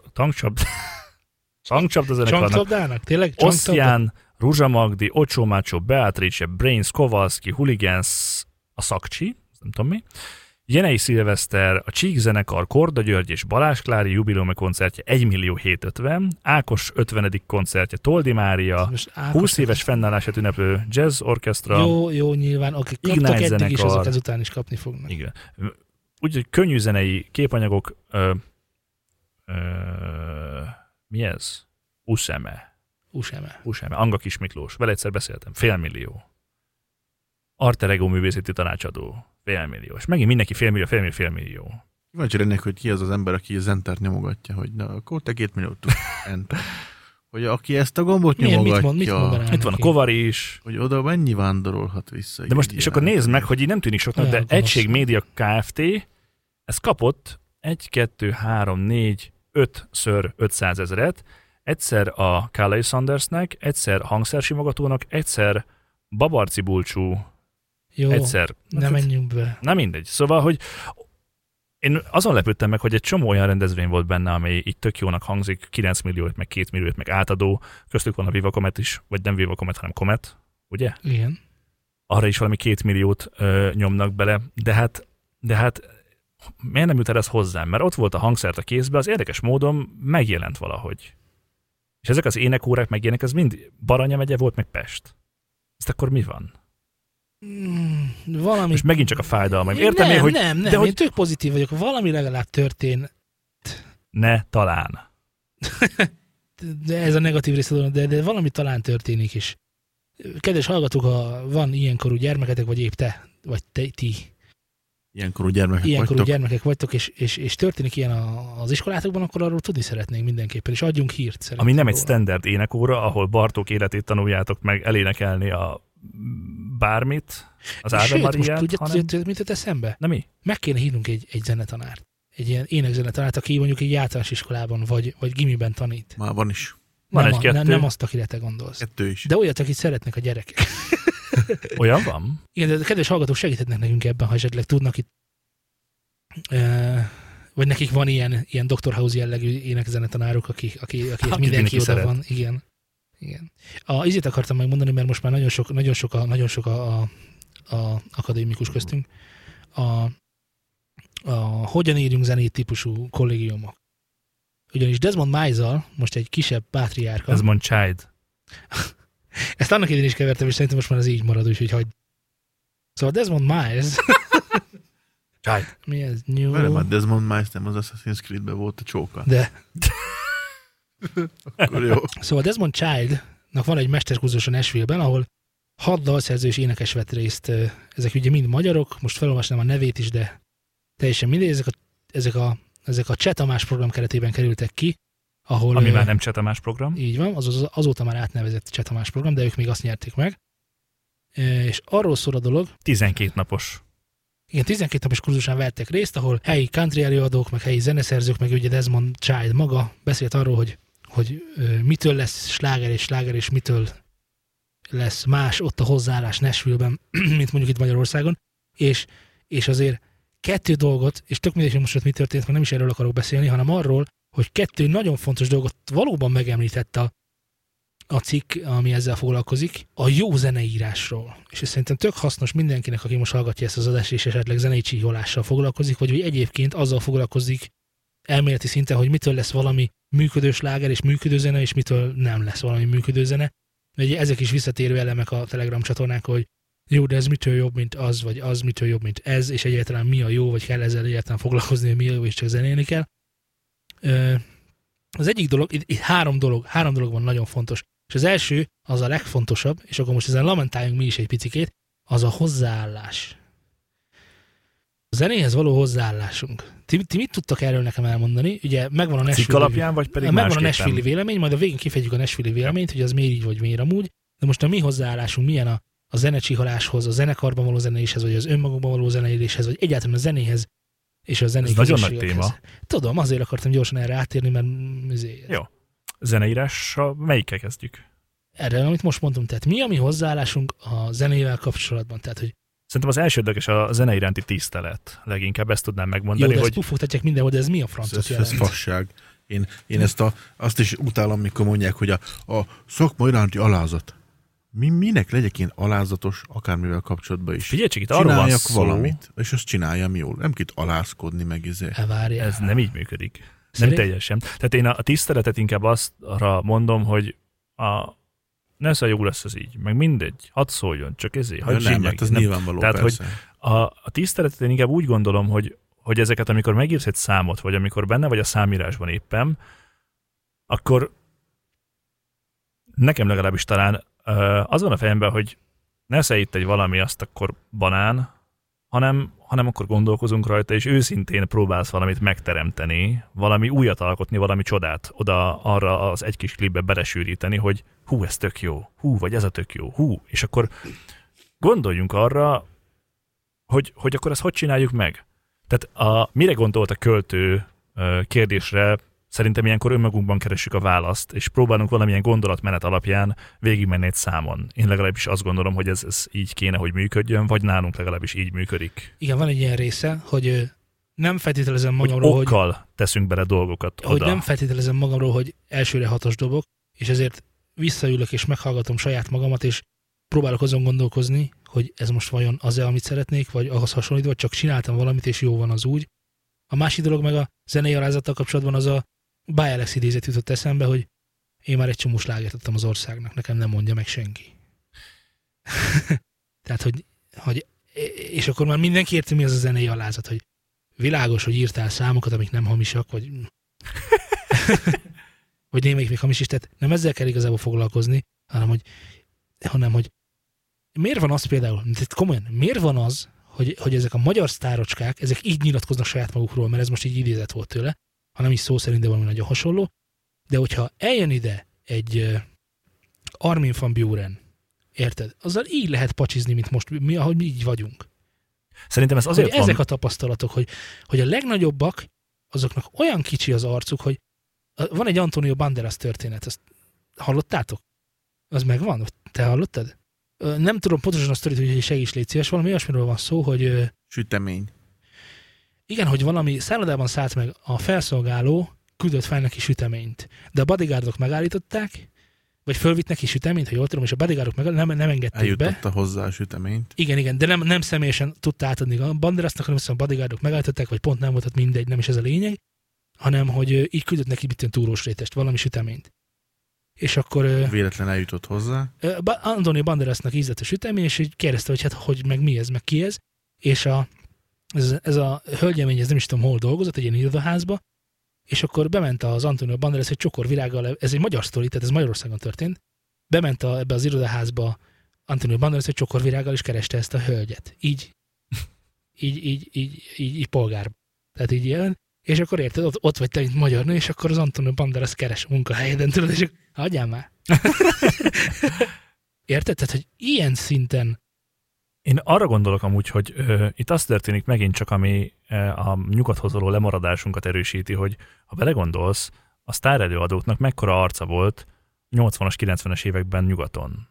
Csangcsapdának? Tényleg? Oszján, Ruzsa Magdi, Ocsó Mácsó, Beatrice, Brains, Kowalski, Hooligans, a Szakcsi, nem tudom mi, Jenei Szilveszter, a Csík zenekar, Korda György és Balázs Klári jubileumi koncertje 1.750.000, Ákos 50. koncertje, Toldi Mária, 20 éves fennállását ünneplő jazz orkestra. Jó, nyilván, akik kaptak eddig is, azok ezután is kapni fognak. Igen. Úgyhogy könnyű zenei képanyagok, mi ez? Useme. Anga Kis Miklós. Vele egyszer beszéltem. 500 000. Alter Ego művészeti tanácsadó. 500 000. És megint mindenki 500 000. Kíváncsi lennék, hogy ki az az ember, aki az Enter-t nyomogatja, hogy na, akkor te 2 milliót tudsz Enter. Hogy aki ezt a gombot nyomogatja. Mit mond itt van a Kovari is. Hogy oda mennyi vándorolhat vissza. De most, és akkor nézd meg, hogy így nem tűnik soknak, de Egység Média Kft. Ez kapott 1, 2, 3, 4, 5-ször 500 000, egyszer a Kálai Sandersnek, egyszer hangszersimogatónak, egyszer Babarci Bulcsú, jó, egyszer... Nem menjünk be. Nem mindegy. Szóval, hogy én azon lepődtem meg, hogy egy csomó olyan rendezvény volt benne, amely így tök jónak hangzik, 9 milliót, meg 2 milliót, meg átadó. Köztük van a Viva Comet is, vagy nem Viva Comet, hanem Comet, ugye? Igen. Arra is valami 2 milliót nyomnak bele, de hát miért nem jut el ez hozzám? Mert ott volt a hangszert a kézbe, az érdekes módon megjelent valahogy. És ezek az énekórák megjelennek, ez mind Baranya megye volt, meg Pest. Ezt akkor mi van? Valami... Most megint csak a fájdalmaim. Értem én, hogy... Nem, de én tök pozitív vagyok. Valami legalább történt. Ne, talán. De ez a negatív része, de valami talán történik is. Kedves hallgatók, ha van ilyenkorú gyermeketek, vagy épp te, vagy ti. Ilyenkorú gyermekek vagytok, és történik ilyen az iskolátokban, akkor arról tudni szeretnénk mindenképpen, és adjunk hírt. Ami nem egy standard énekóra, ahol Bartók életét tanuljátok meg elénekelni a bármit, az Ave Mariát, most tudjátok, mit jött eszembe? Na mi? Meg kéne hívnunk egy zenetanárt. Egy ilyen énekzenetanárt, aki mondjuk egy általános iskolában, vagy gimiben tanít. Már van is. Van egy-kettő. Nem azt, akire te gondolsz. 2 is. De olyat, akit szeretnek a gyerekek. Olyan van? Igen, de kedves hallgatók segíthetnek nekünk ebben, ha esetleg tudnak itt, vagy nekik van ilyen Dr. House jellegű énekzenetanárok, akik mindenki oda szeret. Van. Igen. Izét akartam megmondani, mert most már nagyon sok a akadémikus köztünk. A hogyan írjunk zenét típusú kollégiumok. Ugyanis Desmond Miles-al most egy kisebb pátriárka. Desmond Child. Ezt annak idén is kevertem, és szerintem most már az így marad, úgyhogy hagyj. Szóval Desmond Miles... Child. Mi ez? New... Vele már Desmond Miles nem az Assassin's Creed-ben volt a csóka. De... Akkor jó. Szóval Desmond Child van egy mesterkurzus a Nashville-ben, ahol 6 dalszerző és énekes vett részt. Ezek ugye mind magyarok, most felolvasnám a nevét is, de teljesen mindegy. Ezek a Cseh Tamás program keretében kerültek ki, ahol... Ami már nem Cseh Tamás program. Így van, azóta már átnevezett Cseh Tamás program, de ők még azt nyerték meg. És arról szól a dolog... 12 napos. Igen, 12 napos kurzusán vettek részt, ahol helyi country előadók, meg helyi zeneszerzők, meg ugye Desmond Child maga beszélt arról, hogy mitől lesz sláger és mitől lesz más ott a hozzáállás Nashville-ben, mint mondjuk itt Magyarországon. És azért 2 dolgot, és tök mindegy, hogy most ott mi történt, mert nem is erről akarok beszélni, hanem arról, hogy 2 nagyon fontos dolgot valóban megemlített a cikk, ami ezzel foglalkozik, a jó zeneírásról. És ez szerintem tök hasznos mindenkinek, aki most hallgatja ezt az adást, és esetleg zenei csíholással foglalkozik, vagy hogy egyébként azzal foglalkozik elméleti szinten, hogy mitől lesz valami működő sláger és működő zene, és mitől nem lesz valami működő zene. Ugye ezek is visszatérő elemek a Telegram csatornák, hogy jó, de ez mitől jobb, mint az, vagy az mitől jobb, mint ez, és egyáltalán mi a jó, vagy kell ezzel egyáltalán foglalkozni, hogy mi a jó, és csak zenélni kell. Az egyik dolog, itt 3 dolog van nagyon fontos. És az első, az a legfontosabb, és akkor most ezen lamentáljunk mi is egy picikét, az a hozzáállás. A zenéhez való hozzáállásunk. Ti mit tudtak erről nekem elmondani? Ugye megvan a Nashville alapján, vagy pedig megvan a Nashville vélemény, majd a végén kifejtjük a Nashville véleményt, hogy az miért így, vagy miért amúgy. De most a mi hozzáállásunk milyen a zenecsihaláshoz, a zenekarban való zenéléshez, vagy az önmagukban való zenéléshez, vagy egyáltalán a zenéhez és a zenei nagyon nagy téma. Tudom, azért akartam gyorsan erre átérni, mert... Jó. Zeneírással melyikkel kezdjük? Erre, amit most mondtam, tehát mi a mi hozzáállásunk a zenével kapcsolatban? Tehát, hogy szerintem az elsődleges a zene iránti tisztelet. Leginkább ezt tudnám megmondani, jó, hogy... Ezt pufogtatják mindenhol, de ez mi a francot jelent? Ez fasság. Én azt is utálom, mikor mondják, hogy a szakma iránti alázat. Minek legyek én alázatos akármivel kapcsolatban is? Figyelj csak, itt arról van szó, valamit, és azt csináljam jól. Nem kell alázkodni meg izé. Ez nem így működik. Nem teljesen. Tehát én a tiszteletet inkább arra mondom, hogy ne szóval jó lesz ez így, meg mindegy, hadd szóljon, csak ezért, hadd nem, mert ez nyilvánvaló, tehát, persze. Hogy a tiszteletet én inkább úgy gondolom, hogy ezeket, amikor megírsz egy számot, vagy amikor benne vagy a számírásban éppen, akkor nekem legalábbis talán az van a fejemben, hogy ne itt egy valami, azt akkor banán, hanem akkor gondolkozunk rajta, és őszintén próbálsz valamit megteremteni, valami újat alkotni, valami csodát oda arra az egy kis klipbe belesűríteni, hogy hú, ez tök jó, hú, vagy ez a tök jó, hú, és akkor gondoljunk arra, hogy akkor ezt hogy csináljuk meg. Tehát mire gondolt a költő kérdésre, szerintem ilyenkor önmagunkban keressük a választ, és próbálunk valamilyen gondolatmenet alapján végigmenni egy számon. Én legalábbis azt gondolom, hogy ez így kéne, hogy működjön, vagy nálunk legalábbis így működik. Igen, van egy ilyen része, hogy nem feltételezem magamról, hogy okkal teszünk bele dolgokat hogy oda. Nem feltételezem magamról, hogy elsőre 6-os dobok, és ezért visszaülök és meghallgatom saját magamat, és próbálok azon gondolkozni, hogy ez most vajon az-e, amit szeretnék, vagy ahhoz hasonlít, vagy csak csináltam valamit, és jó van az úgy. A másik dolog meg a zenei alázattal kapcsolatban az a By Alex idézet jutott eszembe, hogy én már egy csomó slágert adtam az országnak, nekem nem mondja meg senki. Tehát, hogy és akkor már mindenki érti, mi az a zenei alázat, hogy világos, hogy írtál számokat, amik nem hamisak, vagy vagy némelyik még hamis is, tehát nem ezzel kell igazából foglalkozni, hanem hogy miért van az például, tehát komolyan, miért van az, hogy ezek a magyar sztárocskák, ezek így nyilatkoznak saját magukról, mert ez most így idézet volt tőle, hanem is szó szerint, de valami nagyon hasonló, de hogyha eljön ide egy Armin van Buuren, érted? Azzal így lehet pacsizni, mint most mi, ahogy mi így vagyunk. Szerintem ez azért van... Ezek a tapasztalatok, hogy a legnagyobbak, azoknak olyan kicsi az arcuk, hogy van egy Antonio Banderas történet, ezt hallottátok? Az megvan? Te hallottad? Nem tudom pontosan a sztorit, hogy segíts, légy szíves, valami olyasmiről van szó, hogy... Sütemény. Igen, hogy valami szállodában szállt meg a felszolgáló, küldött fel neki süteményt. De a bodyguardok megállították, vagy fölvitt neki süteményt, ha jól tudom, és a bodyguardok nem engedték be. Eljutotta hozzá a süteményt. Igen, de nem személyesen tudta átadni a Banderasnak, hanem a bodyguardok megállították, vagy pont nem volt, mindegy, nem is ez a lényeg, hanem hogy így küldött neki bitőn túrós rétest, valami süteményt. És akkor... Véletlen eljutott hozzá. Antonio Banderasnak ízlett a sütemény, és így kérdezte, hogy hát hogy meg mi ez, meg ki ez. És ez a hölgyemény, ez nem is tudom hol dolgozott, egy ilyen irodaházba, és akkor bement az Antonio Banderas egy csokor virággal, ez egy magyar sztori, tehát ez Magyarországon történt, bement ebbe az irodaházba Antonio Banderas egy csokorvirággal, és kereste ezt a hölgyet. Így polgár. Tehát így ilyen. És akkor érted, ott vagy te, mint magyar nő, és akkor az Antonio Banderas keres a munkahelyeden, tudod, és hagyjál már. Érted? Tehát, hogy ilyen szinten... Én arra gondolok amúgy, hogy itt az történik megint csak, ami a nyugathoz való lemaradásunkat erősíti, hogy ha belegondolsz, a sztárelőadóknak mekkora arca volt 80-as, 90-es években nyugaton.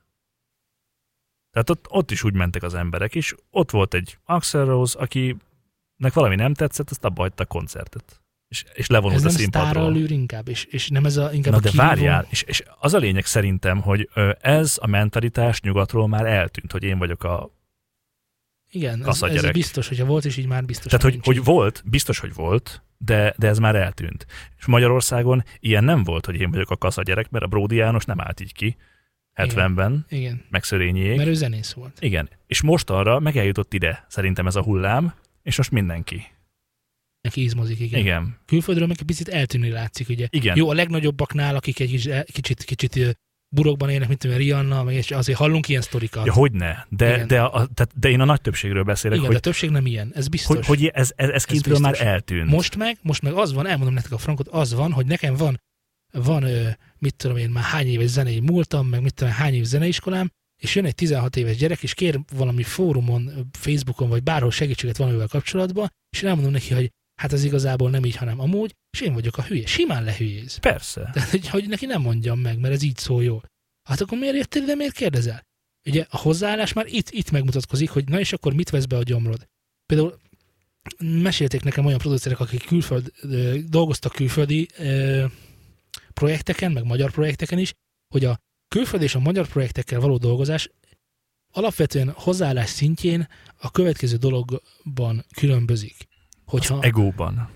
Tehát ott is úgy mentek az emberek, és ott volt egy Axl Rose, akinek valami nem tetszett, azt abba hagyta a koncertet. És levonult a színpadról. Ez nem sztárral lőr inkább, és nem ez inkább a de várjál, és az a lényeg szerintem, hogy ez a mentalitás nyugatról már eltűnt, hogy én vagyok a igen, ez biztos, hogyha volt, és így már biztos. Tehát, hogy volt, biztos, hogy volt, de ez már eltűnt. És Magyarországon ilyen nem volt, hogy én vagyok a kaszagyerek, mert a Bródi János nem állt így ki 70-ben, igen. meg Szörényiék. Mert ő zenész volt. Igen, és most arra meg eljutott ide, szerintem ez a hullám, és most mindenki. Neki izmozik, igen. Igen. Külföldről meg egy picit eltűnni látszik, ugye. Igen. Jó, a legnagyobbaknál, akik egy kicsit burokban élnek, mint Rihanna, meg azért hallunk ilyen sztorikat. Ja, hogyne, de én a nagy többségről beszélek. Igen, hogy, de a többség nem ilyen, ez biztos. Hogy ez kintről már eltűnt. Most meg az van, elmondom nektek a frankot, az van, hogy nekem van mit tudom én, már hány éves zenei múltam, meg mit tudom én, hány év zeneiskolám, és jön egy 16 éves gyerek, és kér valami fórumon, Facebookon, vagy bárhol segítséget valamivel kapcsolatban, és én elmondom neki, hogy hát ez igazából nem így, hanem amúgy, és én vagyok a hülye. Simán lehülyéz. Persze. Tehát, hogy neki nem mondjam meg, mert ez így szól jól. Hát akkor miért jöttél ide, miért kérdezel? Ugye a hozzáállás már itt megmutatkozik, hogy na és akkor mit vesz be a gyomrod. Például mesélték nekem olyan producerek, akik dolgoztak külföldi projekteken, meg magyar projekteken is, hogy a külföldi és a magyar projektekkel való dolgozás alapvetően hozzáállás szintjén a következő dologban különbözik. Az egóban.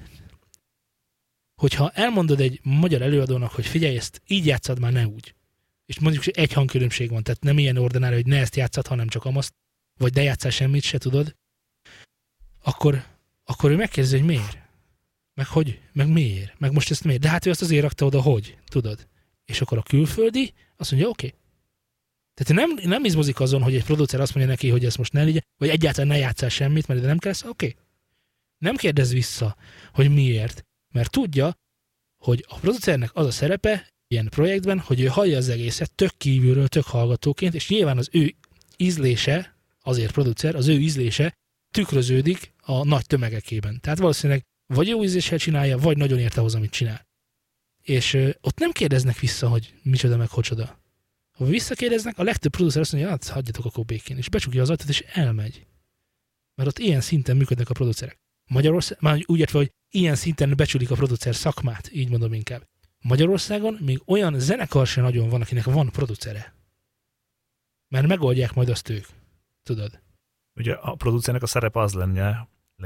Hogyha elmondod egy magyar előadónak, hogy figyelj, ezt így játszad, már ne úgy. És mondjuk egy hangkülönbség van, tehát nem ilyen ordinári, hogy ne ezt játszad, hanem csak amazt, vagy ne játszál semmit, se tudod, akkor ő megkérdezi, hogy miért? Meg hogy? Meg miért? Meg most ezt miért? De hát ő azt azért rakta oda, hogy? Tudod? És akkor a külföldi azt mondja, oké. Tehát nem izmozik azon, hogy egy producer azt mondja neki, hogy ezt most ne legyen, vagy egyáltalán ne játszál semmit, mert ide nem kell, oké. Nem kérdez vissza, hogy miért. Mert tudja, hogy a producernek az a szerepe ilyen projektben, hogy ő hallja az egészet tök kívülről, tök hallgatóként, és nyilván az ő ízlése, azért producer, az ő ízlése tükröződik a nagy tömegekében. Tehát valószínűleg vagy jó ízléssel csinálja, vagy nagyon érte hozzá, amit csinál. És ott nem kérdeznek vissza, hogy micsoda meg hocsoda. Ha visszakérdeznek, a legtöbb producer azt mondja, hát hagyjatok akkor békén, és becsukja az ajtót, és elmegy. Mert ott ilyen szinten működnek a producerek. Magyarország, már úgy értve, hogy ilyen szinten becsülik a producer szakmát, így mondom inkább. Magyarországon még olyan zenekar sem nagyon van, akinek van producere. Mert megoldják majd azt ők. Tudod? Ugye a producernek a szerepe az lenne,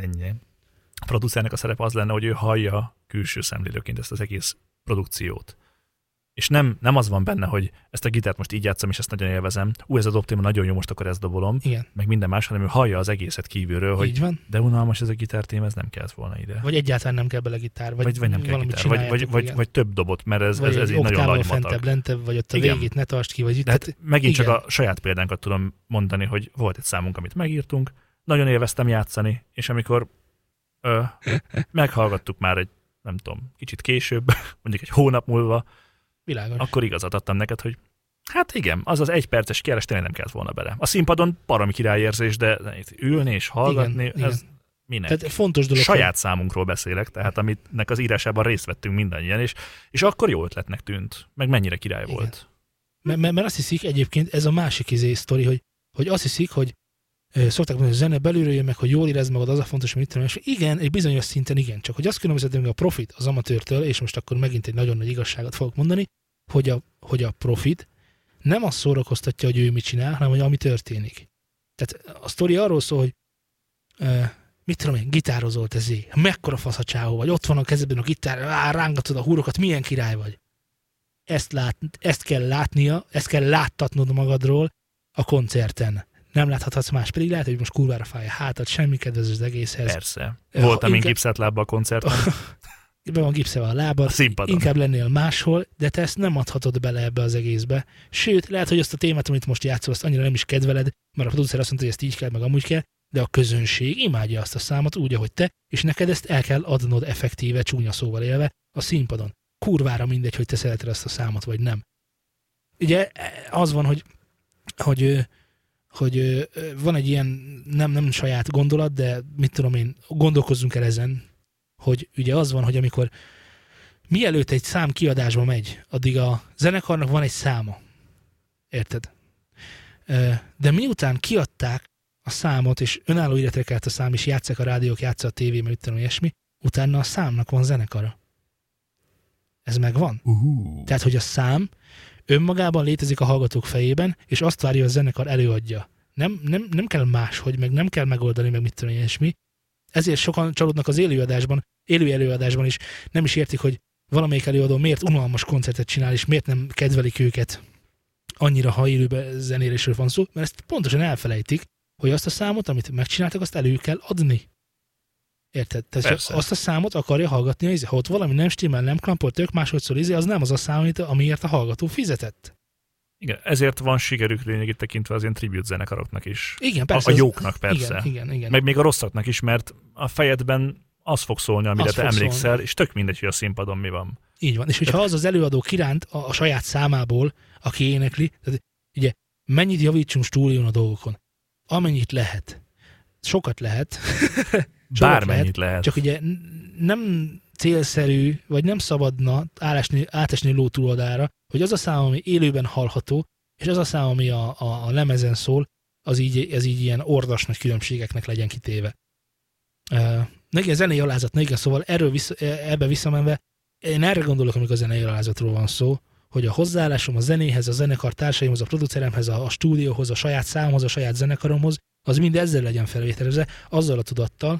a producernek a szerepe az lenne, hogy ő hallja külső szemlélőként ezt az egész produkciót. És nem az van benne, hogy ezt a gitárt most így játszom, és ezt nagyon élvezem. Ez a dobtéma nagyon jó, most akkor ezt dobolom. Igen. Meg minden más, hanem ő hallja az egészet kívülről, hogy így van. De unalmas ez a gitártém, ez nem kellett volna ide. Vagy egyáltalán nem kell bele gitár. Vagy nem kell gitár. Vagy több dobot, mert ez így nagyon nagy matag. Lentebb, vagy ott a végét ne tartsd ki. Vagy hát megint igen. Csak a saját példánkat tudom mondani, hogy volt egy számunk, amit megírtunk, nagyon élveztem játszani, és amikor meghallgattuk már egy, nem tudom, kicsit később, mondjuk egy hónap múlva, világos. Akkor igazat adtam neked, hogy hát igen, az egy perces kiállás tényleg nem kellett volna bele. A színpadon baromi királyérzés, de ülni és hallgatni, igen, ez minek? Tehát fontos dolog. Saját számunkról beszélek, tehát aminek az írásában részt vettünk mindannyian, és akkor jó ötletnek tűnt, meg mennyire király igen. volt. Mert azt hiszik egyébként, ez a másik sztori, hogy azt hiszik, hogy szokták mondani, hogy a zene belülről jön meg, hogy jól érezd magad, az a fontos, hogy mit tudom, és igen, egy bizonyos szinten igen, csak hogy azt különböztetem a profit az amatőrtől, és most akkor megint egy nagyon nagy igazságot fogok mondani, hogy a profit nem azt szórakoztatja, hogy ő mit csinál, hanem hogy ami történik. Tehát a sztori arról szól, hogy mit tudom én, gitározol te zé, mekkora fasz a csávó vagy, ott van a kezedben a gitár, rángatod a húrokat, milyen király vagy. Ezt kell látnia, ezt kell láttatnod magadról a koncerten. Nem láthatsz más, pedig lehet, hogy most kurvára fáj a hátad, semmi kedvez az egészhez. Persze. Voltam én gipszelt lábbal a koncerten. be van gipszelve a lábad, inkább lennél máshol, de te ezt nem adhatod bele ebbe az egészbe. Sőt, lehet, hogy azt a témát, amit most játszol, azt annyira nem is kedveled, mert a producer azt mondta, hogy ezt így kell, meg amúgy kell, de a közönség imádja azt a számot úgy, ahogy te, és neked ezt el kell adnod effektíve, csúnya szóval élve a színpadon. Kurvára mindegy, hogy te szereted azt a számot, vagy nem. Ugye az van, hogy van egy ilyen nem saját gondolat, de mit tudom én, gondolkozzunk el ezen, hogy ugye az van, hogy amikor mielőtt egy szám kiadásba megy, addig a zenekarnak van egy száma. Érted? De miután kiadták a számot, és önálló életre kelt a szám, és játsszák a rádiók, játssza a tévé, mert tudom, ilyesmi, utána a számnak van zenekara. Ez megvan. Tehát, hogy a szám önmagában létezik a hallgatók fejében, és azt várja, hogy a zenekar előadja. Nem kell máshogy, meg nem kell megoldani, meg mit tudom, ilyesmi. Ezért sokan csalódnak az élő előadásban is. Nem is értik, hogy valamelyik előadó miért unalmas koncertet csinál, és miért nem kedvelik őket annyira, ha élőben zenélésről van szó, mert ezt pontosan elfelejtik, hogy azt a számot, amit megcsináltak, azt elő kell adni. Érted? Tehát azt a számot akarja hallgatni, ha ott valami nem stimmel, nem klampol, tök másodszor az nem az a szám, amiért a hallgató fizetett. Igen, ezért van sikerük lényegét tekintve az ilyen tribute zenekaroknak is. Igen, persze. A jóknak persze. Igen. Meg még a rosszaknak is, mert a fejedben az fog szólni, amire te emlékszel, szólni. És tök mindegy, hogy a színpadon mi van. Így van. És hogyha az előadó kiránt a saját számából, aki énekli, tehát ugye mennyit javítsunk stúdión a dolgokon? Amennyit lehet. Sokat lehet. Bármennyit lehet. Csak ugye nem célszerű, vagy nem szabadna átesni ló túloldára, hogy az a szám, ami élőben hallható, és az a szám, ami a lemezen szól, ez így ilyen ordas nagy különbségeknek legyen kitéve. Igen, zenei alázat, igen, szóval ebbe visszamenve, én erre gondolok, amikor a zenei alázatról van szó, hogy a hozzáállásom a zenéhez, a zenekar társaimhoz, a produceremhez, a stúdióhoz, a saját számhoz, a saját zenekaromhoz, az mind ezzel legyen felvételezve, azzal a tudattal,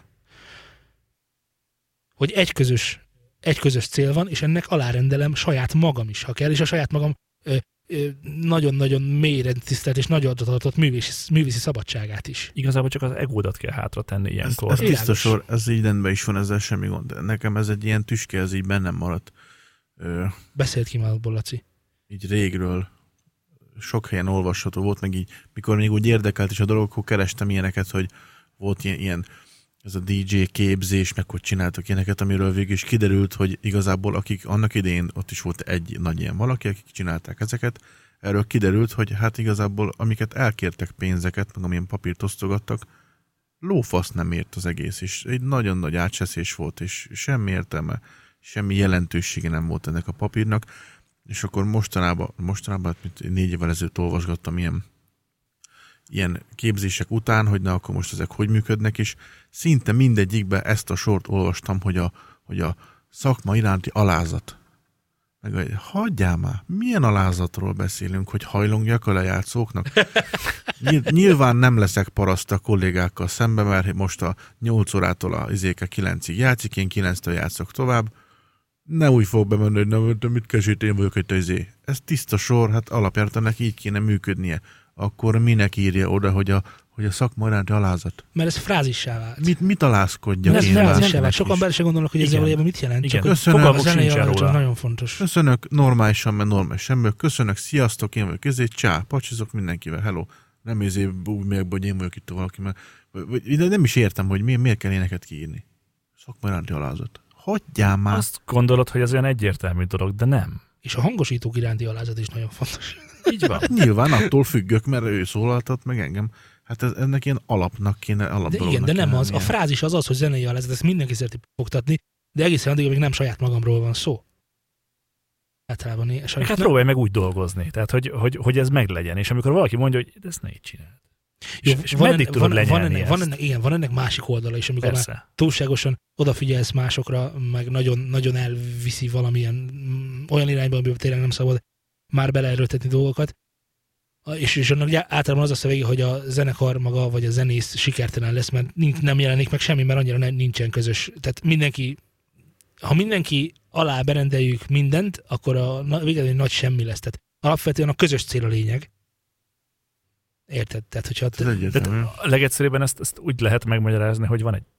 hogy egy közös cél van, és ennek alárendelem saját magam is, ha kell, és a saját magam nagyon-nagyon mélyre tisztelt és nagyon tartott művészi szabadságát is. Igazából csak az egódat kell hátra tenni ilyenkor. Ez biztos, ez így rendben is van, ezzel semmi gond. Nekem ez egy ilyen tüske, ez így bennem maradt. Beszélt ki magadból, Laci. Így régről. Sok helyen olvasható volt, meg így, mikor még úgy érdekelt is a dolog, akkor kerestem ilyeneket, hogy volt ilyen ez a DJ képzés, meg hogy csináltak ilyeneket, amiről végül is kiderült, hogy igazából akik annak idején, ott is volt egy nagy ilyen valaki, akik csinálták ezeket, erről kiderült, hogy hát igazából amiket elkértek pénzeket, meg amilyen papírt osztogattak, lófasz nem ért az egész, és egy nagyon nagy átcseszés volt, és semmi értelme, semmi jelentősége nem volt ennek a papírnak, és akkor mostanában 4 évvel ezelőtt olvasgattam ilyen képzések után, hogy na akkor most ezek hogy működnek, és szinte mindegyikben ezt a sort olvastam, hogy a szakma iránti alázat. Meg hagyjál már, milyen alázatról beszélünk, hogy hajlongjak a lejátszóknak? Nyilván nem leszek paraszt a kollégákkal szemben, mert most a 8 órától a 9-ig játszik, én 9-től játszok tovább. Ne úgy fog bemenni, hogy nem, mit keresít, én vagyok egy izé. Ez tiszta sor, hát alapjáraton neki így kéne működnie. Akkor minek írja oda, hogy a szakma iránti alázat? Mert ez frázissá vált. Mit alázkodjak én? Nem, sokan bele se gondolnak, hogy ez valójában mit jelent. Igen. Köszönöm, a zenei alázat nagyon fontos. Köszönök, normálisan, mert normálisan. Köszönök, sziasztok, én vagyok ezért, csá, pacsizok mindenkivel, hello. Nem ezért úgy megyek, hogy én vagyok itt valaki, de nem is értem, hogy miért kell éneket kiírni. Szakma iránti alázat. Hagyjál már. Azt gondolod, hogy ez olyan egyértelmű dolog, de nem. És a hangosítók iránti alázat is nagyon fontos. Így van. Nyilván attól függök, mert ő szólaltat meg engem. Hát ennek ilyen alapnak kéne, alapdolognak. Igen, de nem kéne az. A frázis az, hogy zenei alázat, ezt mindenki szereti fogtatni, de egészen addig, amíg nem saját magamról van szó. Általában. Hát próbálj meg úgy dolgozni, tehát hogy ez meglegyen. És amikor valaki mondja, hogy ezt ne így csináld. Jó, és meddig tudod lenyelni van ennek másik oldala is, amikor már túlságosan odafigyelsz másokra, meg nagyon, nagyon elviszi valamilyen olyan irányba, amiben tényleg nem szabad már beleerőltetni dolgokat. És annak általában az a szövege, hogy a zenekar maga, vagy a zenész sikertelen lesz, mert nem jelenik meg semmi, mert annyira nincsen közös. Tehát ha mindenki alá berendeljük mindent, akkor végül nagy semmi lesz. Tehát alapvetően a közös cél a lényeg. Érted? Tehát, hogyha a legegyszerűbben ezt úgy lehet megmagyarázni, hogy van egy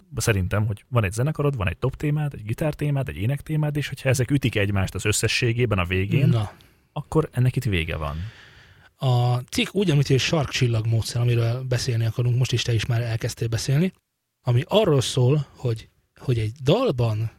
szerintem, hogy van egy zenekarod, van egy top témád, egy gitártémád, egy énektémád, és hogyha ezek ütik egymást az összességében a végén, akkor ennek itt vége van. A cikk úgy említi, hogy sarkcsillag módszer, amiről beszélni akarunk, most is te is már elkezdtél beszélni, ami arról szól, hogy egy dalban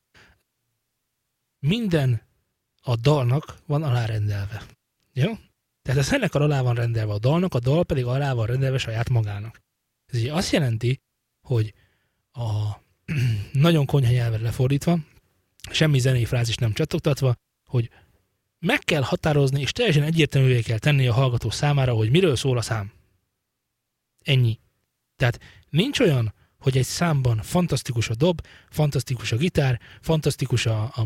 minden a dalnak van alárendelve. Jó? Tehát a zenekar alá van rendelve a dalnak, a dal pedig alá van rendelve saját magának. Ez így azt jelenti, hogy a nagyon konyha nyelven lefordítva, semmi zenei frázis nem csattogtatva, hogy meg kell határozni, és teljesen egyértelművé kell tenni a hallgató számára, hogy miről szól a szám. Ennyi. Tehát nincs olyan, hogy egy számban fantasztikus a dob, fantasztikus a gitár, fantasztikus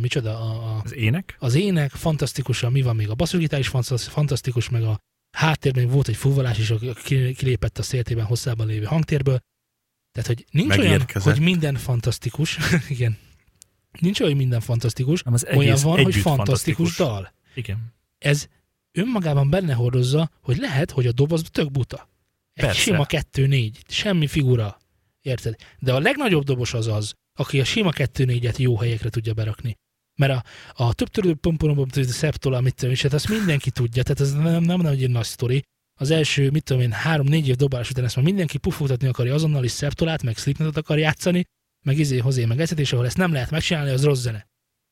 az ének? Az ének, fantasztikus mi van még a basszusgitár is, fantasztikus meg a háttérben volt egy fúvalás, és kilépett a széltében hosszában lévő hangtérből. Tehát, hogy nincs olyan, hogy minden fantasztikus. Igen. Nincs olyan, hogy minden fantasztikus. Olyan van, hogy fantasztikus dal. Igen. Ez önmagában benne hordozza, hogy lehet, hogy a dob az tök buta. Egy sima 2-4, semmi figura. Érted? De a legnagyobb dobos az, aki a sima 2-4-et jó helyekre tudja berakni. Mert a több szeptol, amit tudom is, hát azt mindenki tudja, tehát ez nem egy nagy sztori. Az első, 3-4 év dobálás után ezt már mindenki pufogtatni akarja, azonnal is szeptolát, meg Slipknotot akar játszani, meg hozé, meg ecet, és ahol ezt nem lehet megcsinálni, az rossz zene.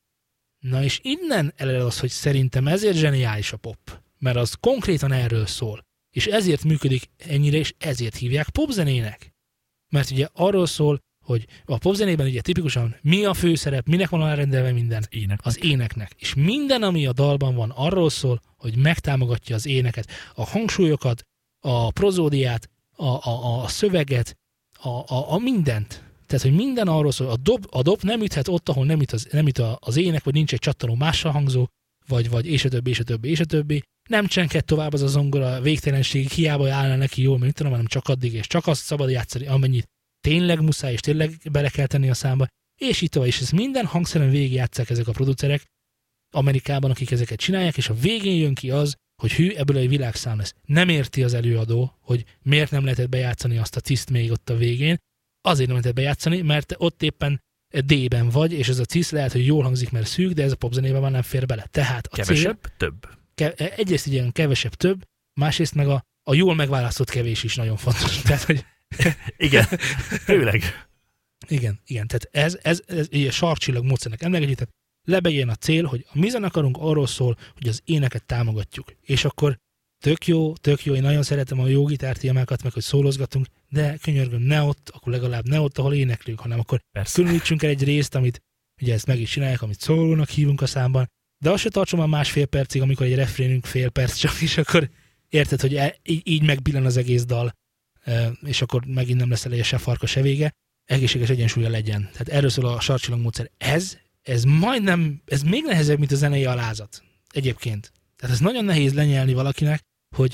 Na és innen ered az, hogy szerintem ezért zseniális a pop. Mert az konkrétan erről szól. És ezért működik ennyire, és ezért hívják popzenének. Mert ugye arról szól, hogy a popzenében ugye tipikusan mi a főszerep, minek van alárendelve minden? Az éneknek. És minden, ami a dalban van, arról szól, hogy megtámogatja az éneket. A hangsúlyokat, a prozódiát, a szöveget, a mindent. Tehát, hogy minden arról szól, a dob nem üthet ott, ahol nem üt az ének, vagy nincs egy csattanó mással hangzó, vagy és a többi. Nem csenked tovább az a zongora végtelenségig, hiába állna neki jól, mint tudom, hanem csak addig, és csak azt szabad játszani, amennyit tényleg muszáj, és tényleg bele kell tenni a számba, és itt tovább. És ezt minden hangszeren végigjátsszák ezek a producerek Amerikában, akik ezeket csinálják, és a végén jön ki az, hogy hű, ebből egy világszám lesz. Nem érti az előadó, hogy miért nem lehetett bejátszani azt a ciszt még ott a végén. Azért nem lehetett bejátszani, mert ott éppen D-ben vagy, és ez a ciszt lehet, hogy jól hangzik, mert szűk, de ez a popzenében már nem fér bele. Tehát a kevesebb, több. Egyrészt ilyen kevesebb, több, másrészt meg a jól megválasztott kevés is nagyon fontos. Tehát, hogy igen, főleg. Igen. Tehát ez ilyen sarkcsillag módszernek emlegetjük, tehát lebegjen a cél, hogy a mi zenekarunk arról szól, hogy az éneket támogatjuk. És akkor tök jó, én nagyon szeretem a jó gitártémákat, meg hogy szólozgatunk, de könyörgöm, ne ott, akkor legalább ne ott, ahol éneklünk, hanem akkor különítsünk el egy részt, amit ugye ezt meg is csinálják, amit szólónak hívunk a számban, de azt se tartson már 1,5 percig, amikor egy refrénünk fél perc csak, és akkor érted, hogy így megbillen az egész dal, és akkor megint nem lesz eleje se farka, se vége, egészséges egyensúlya legyen. Tehát erről szól a sarkcsillag módszer. Ez még nehezebb, mint a zenei alázat. Egyébként. Tehát ez nagyon nehéz lenyelni valakinek, hogy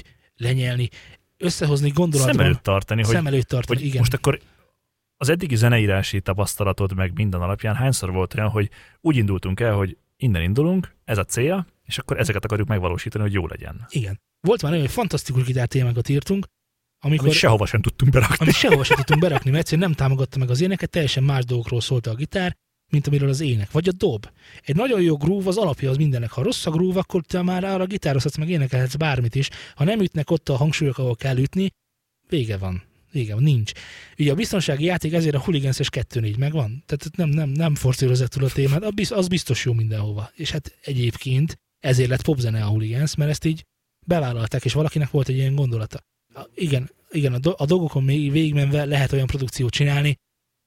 összehozni gondolatban. Szem előtt tartani, igen. Most akkor az eddigi zeneírási tapasztalatod meg minden alapján hányszor volt olyan, hogy úgy indultunk el, hogy innen indulunk, ez a cél, és akkor ezeket akarjuk megvalósítani, hogy jó legyen. Igen. Volt már olyan, hogy fantasztikus gitártémákat írtunk, amit sehova sem tudtunk berakni. Mert egyszerűen nem támogatta meg az éneket, teljesen más dolgokról szólt a gitár, mint amiről az ének, vagy a dob. Egy nagyon jó groove az alapja az mindennek. Ha rossz a groove, akkor te már arra gitározhatsz, meg énekelhetsz bármit is. Ha nem ütnek ott a hangsúlyok, ahol kell ütni, vége van, nincs. Ugye a biztonsági játék ezért a Hooligans-es 2-4 megvan. Tehát nem forszírozza túl a témát, az biztos jó mindenhova. És hát egyébként ezért lett popzene a Hooligans, mert ezt így bevállalták, és valakinek volt egy ilyen gondolata. Igen, a dolgokon még végigmenve lehet olyan produkciót csinálni,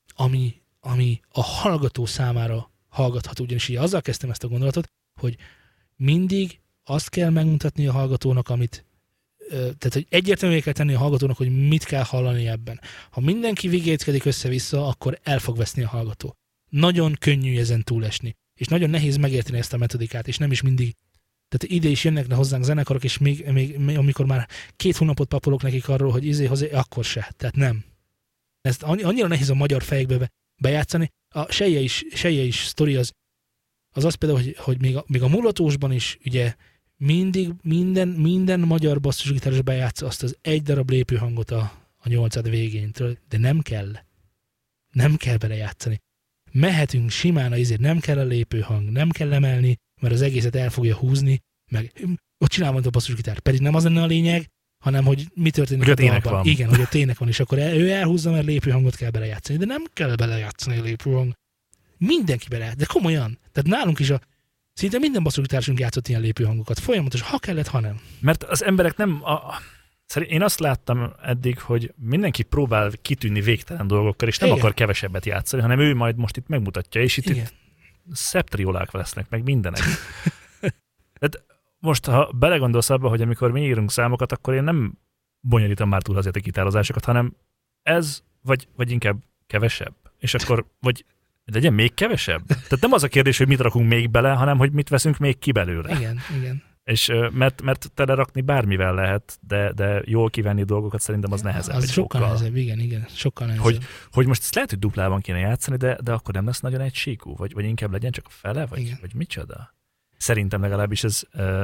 ami a hallgató számára hallgatható. Ugyanis így azzal kezdtem ezt a gondolatot, hogy mindig azt kell megmutatni a hallgatónak, tehát hogy egyértelműen kell tenni a hallgatónak, hogy mit kell hallani ebben. Ha mindenki vigéckedik össze-vissza, akkor el fog veszni a hallgató. Nagyon könnyű ezen túlesni. És nagyon nehéz megérteni ezt a metodikát, és nem is mindig. Tehát ide is jönnek hozzánk zenekarok, és még amikor már 2 hónapot papolok nekik arról, hogy akkor se. Tehát nem. Ezt annyira nehéz a magyar fejekbe bejátszani. A Seje is sztori az például, hogy még a mulatósban is ugye mindig minden magyar basszusgitáros bejátsza azt az egy darab lépőhangot a 8. végén, de nem kell. Nem kell belejátszani. Mehetünk simán, ezért nem kell a lépőhang, nem kell emelni, mert az egészet el fogja húzni, meg ott csinálom a basszusgitár. Pedig nem az lenne a lényeg, hanem hogy mi történik a dalban. Igen, hogy ott ének van, és akkor ő elhúzza, mert lépőhangot kell belejátszani. De nem kell belejátszani a lépőhang. Mindenki bele, de komolyan. Tehát nálunk is szinte minden basszusgitársunk játszott ilyen lépőhangokat. Folyamatos, ha kellett, ha nem. Mert az emberek nem... Én azt láttam eddig, hogy mindenki próbál kitűnni végtelen dolgokkal, és nem akar kevesebbet játszani, hanem ő majd most itt megmutatja, és itt szeptriolák lesznek, meg mindenek. Tehát most, ha belegondolsz abba, hogy amikor mi írunk számokat, akkor én nem bonyolítom már túl azért a gitározásokat, hanem ez, vagy inkább kevesebb. És akkor, vagy legyen még kevesebb. Tehát nem az a kérdés, hogy mit rakunk még bele, hanem hogy mit veszünk még ki belőle. Igen. És mert telerakni bármivel lehet, de jól kivenni dolgokat szerintem az nehezebb. Az sokkal nehezebb, igen, sokkal nehezebb. Hogy most ezt lehet, hogy duplában kéne játszani, de akkor nem lesz nagyon egysíkú, vagy inkább legyen csak a fele, vagy micsoda? Szerintem legalábbis ez...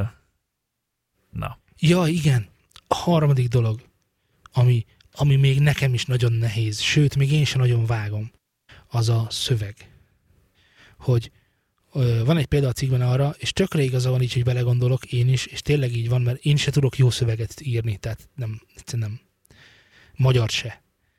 na. Ja, igen. A harmadik dolog, ami még nekem is nagyon nehéz, sőt, még én sem nagyon vágom, az a szöveg. Hogy van egy példa a cikkben arra, és tökre igaza van így, hogy belegondolok én is, és tényleg így van, mert én se tudok jó szöveget írni, tehát nem. Magyar se.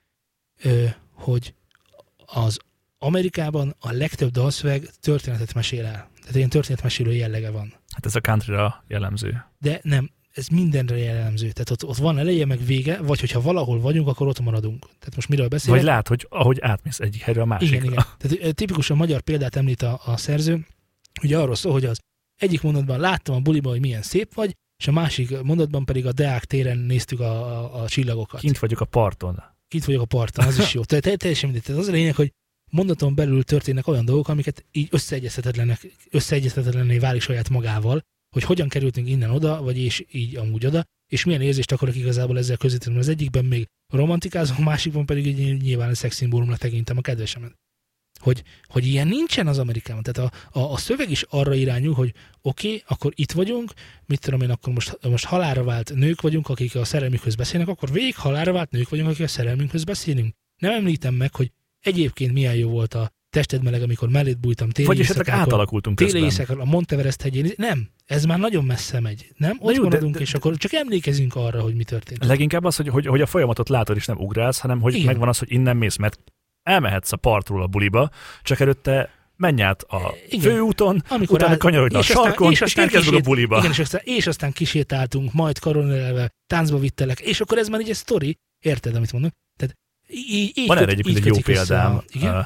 Hogy az Amerikában a legtöbb dalszöveg történetet mesél el. Tehát ilyen történetmesélő jellege van. Hát ez a countryra jellemző. De nem, ez mindenre jellemző. Tehát ott van eleje, meg vége, vagy hogyha valahol vagyunk, akkor ott maradunk. Tehát most miről beszélek? Vagy lát, hogy ahogy átmész egyik helyről a másikra. Igen. Tehát tipikusan magyar példát említ a szerző, ugye arról szól, hogy az egyik mondatban láttam a buliban, hogy milyen szép vagy, és a másik mondatban pedig a Deák téren néztük a csillagokat. Kint vagyok a parton, az is jó. Teljesen mindegy. Tehát az a lényeg, hogy mondaton belül történnek olyan dolgok, amiket így összeegyeztetetlenné válik saját magával, hogy hogyan kerültünk innen oda, vagy és így amúgy oda, és milyen érzést akarok igazából ezzel közvetlenül. Az egyikben még romantikázom, a másikban pedig nyilván a szexszimbólumra tekintem a kedvesemet. Hogy ilyen nincsen az Amerikában. Tehát a szöveg is arra irányul, hogy oké, akkor itt vagyunk, mit tudom én, akkor most halálra vált nők vagyunk, akik a szerelmükhöz beszélnek, akkor végig halálra vált nők vagyunk, akik a szerelmünkhöz beszélünk. Nem említem meg, hogy egyébként milyen jó volt a tested meleg, amikor mellét bújtam téli éjszakákon. Vagy esetleg átalakultunk közben. Téli éjszakon, a Monteverest hegyén. Nem, ez már nagyon messze megy. Nem? Ott maradunk, és akkor csak emlékezünk arra, hogy mi történt. Leginkább az, hogy a folyamatot látod, és nem ugrálsz, hanem hogy igen, megvan az, hogy innen mész, mert elmehetsz a partról a buliba, csak előtte menj át a főúton, utána kanyarodj a sarkon, és érkezz a buliba. Igen, és aztán kisétáltunk, majd karonelve, táncba vittelek, és akkor ez már így egy sztori. Érted, amit mondok? Tehát így van erre egyébként egy jó példám.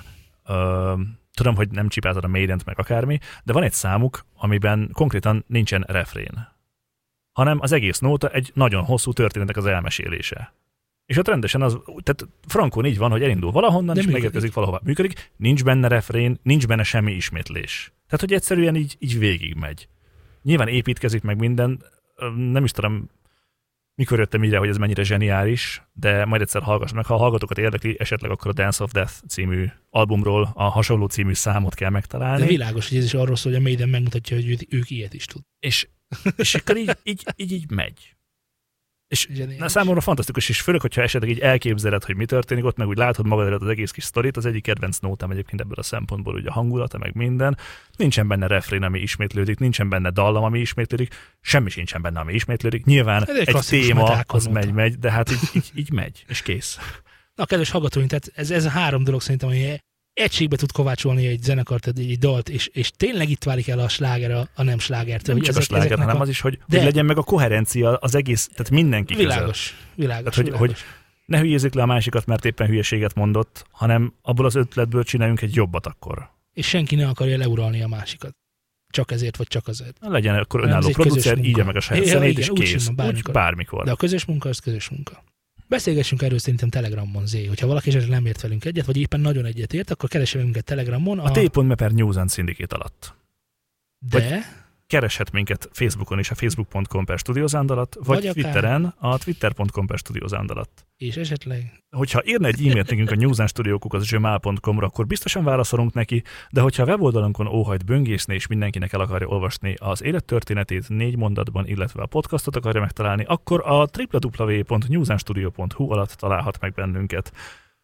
Tudom, hogy nem csipáltad a Maident meg akármi, de van egy számuk, amiben konkrétan nincsen refrén, hanem az egész nóta egy nagyon hosszú történetnek az elmesélése. És ott rendesen tehát frankon így van, hogy elindul valahonnan, és megérkezik valahova. Működik, nincs benne refrén, nincs benne semmi ismétlés. Tehát, hogy egyszerűen így végigmegy. Nyilván építkezik meg minden, nem is tudom, mikor jöttem ide, hogy ez mennyire zseniális, de majd egyszer hallgass meg. Ha a hallgatókat érdekli, esetleg akkor a Dance of Death című albumról a hasonló című számot kell megtalálni. De világos, hogy ez is arról szól, hogy a Maiden megmutatja, hogy ők ilyet is tud. És akkor így megy. És számomra fantasztikus, és főleg, hogyha esetleg így elképzeled, hogy mi történik ott, meg úgy látod magad előtt az egész kis sztorit, az egyik kedvenc nótám egyébként ebből a szempontból, ugye a hangulata, meg minden. Nincsen benne refrén, ami ismétlődik, nincsen benne dallam, ami ismétlődik, semmi sincsen benne, ami ismétlődik. Nyilván egy téma, az megy, de hát így megy, és kész. Na, kedves hallgatóink, tehát ez a három dolog szerintem, ami egységbe tud kovácsolni egy zenekart, egy dalt, és tényleg itt válik el a sláger a nem slágertől. Nem csak a sláger, hanem az is, hogy legyen meg a koherencia az egész, tehát mindenki világos, között. Tehát, hogy ne hülyézzük le a másikat, mert éppen hülyeséget mondott, hanem abból az ötletből csináljunk egy jobbat akkor. És senki ne akarja leuralni a másikat. Csak ezért, vagy csak azért. Legyen akkor önálló producer, ígye meg a saját zenét, és kész. Bármikor. De a közös munka, az közös munka. Beszélgessünk erről szerintem Telegramon, Zé. Hogyha valaki esetleg nem ért velünk egyet, vagy éppen nagyon egyet ért, akkor keresem minket Telegramon. A t.me/News and Syndicate alatt. De? Kereshet minket Facebookon is a facebook.com/Studiosound alatt, vagy Twitteren a twitter.com/Studiosound alatt. És esetleg? Hogyha írna egy e-mailt nekünk a newsandstudiokuk@gmail.com-ra, akkor biztosan válaszolunk neki, de hogyha a weboldalunkon óhajt böngészni, és mindenkinek el akarja olvasni az élettörténetét 4 mondatban, illetve a podcastot akarja megtalálni, akkor a www.newsandstudio.hu alatt találhat meg bennünket.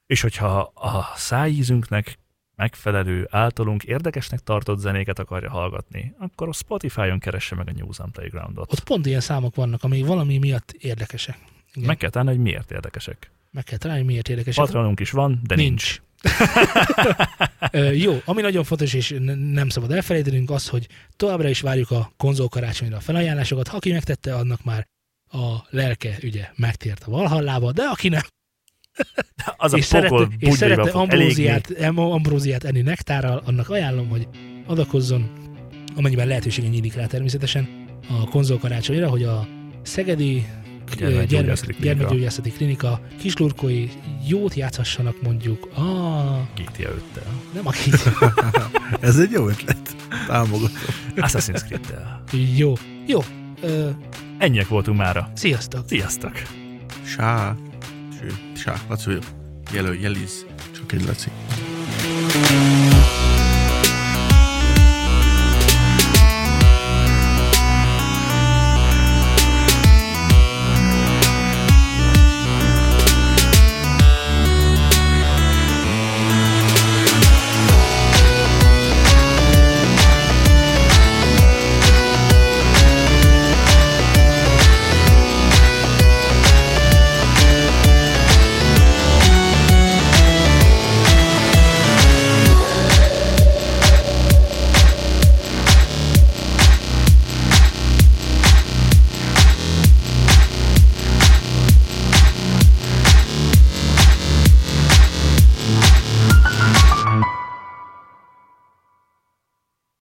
És hogyha a szájízünknek megfelelő, általunk érdekesnek tartott zenéket akarja hallgatni, akkor a Spotify-on keresse meg a News on Playgroundot. Ott pont ilyen számok vannak, ami valami miatt érdekesek. Igen. Meg kell találni, hogy miért érdekesek. Meg kell találni, hogy miért érdekesek. Patronunk is van, de nincs. Jó, ami nagyon fontos, és nem szabad elfelejtenünk, az, hogy továbbra is várjuk a konzolkarácsonyra a felajánlásokat. Ha aki megtette, annak már a lelke ugye megtért a Valhallába, de aki nem, Az és szerette ambróziát enni nektárral, annak ajánlom, hogy adakozzon, amennyiben lehetősége nyílik rá természetesen a konzolkarácsonyra, hogy a Szegedi Gyermekgyógyászati Klinika kislurkói jót játszhassanak mondjuk a... GTA 5-tel. Nem a GTA. Ez egy jó ötlet. Támogatom. Assassin's Creed-tel. Jó. Ennyiek voltunk mára. Sziasztok. Laci, jelíz. Csak egy Laci.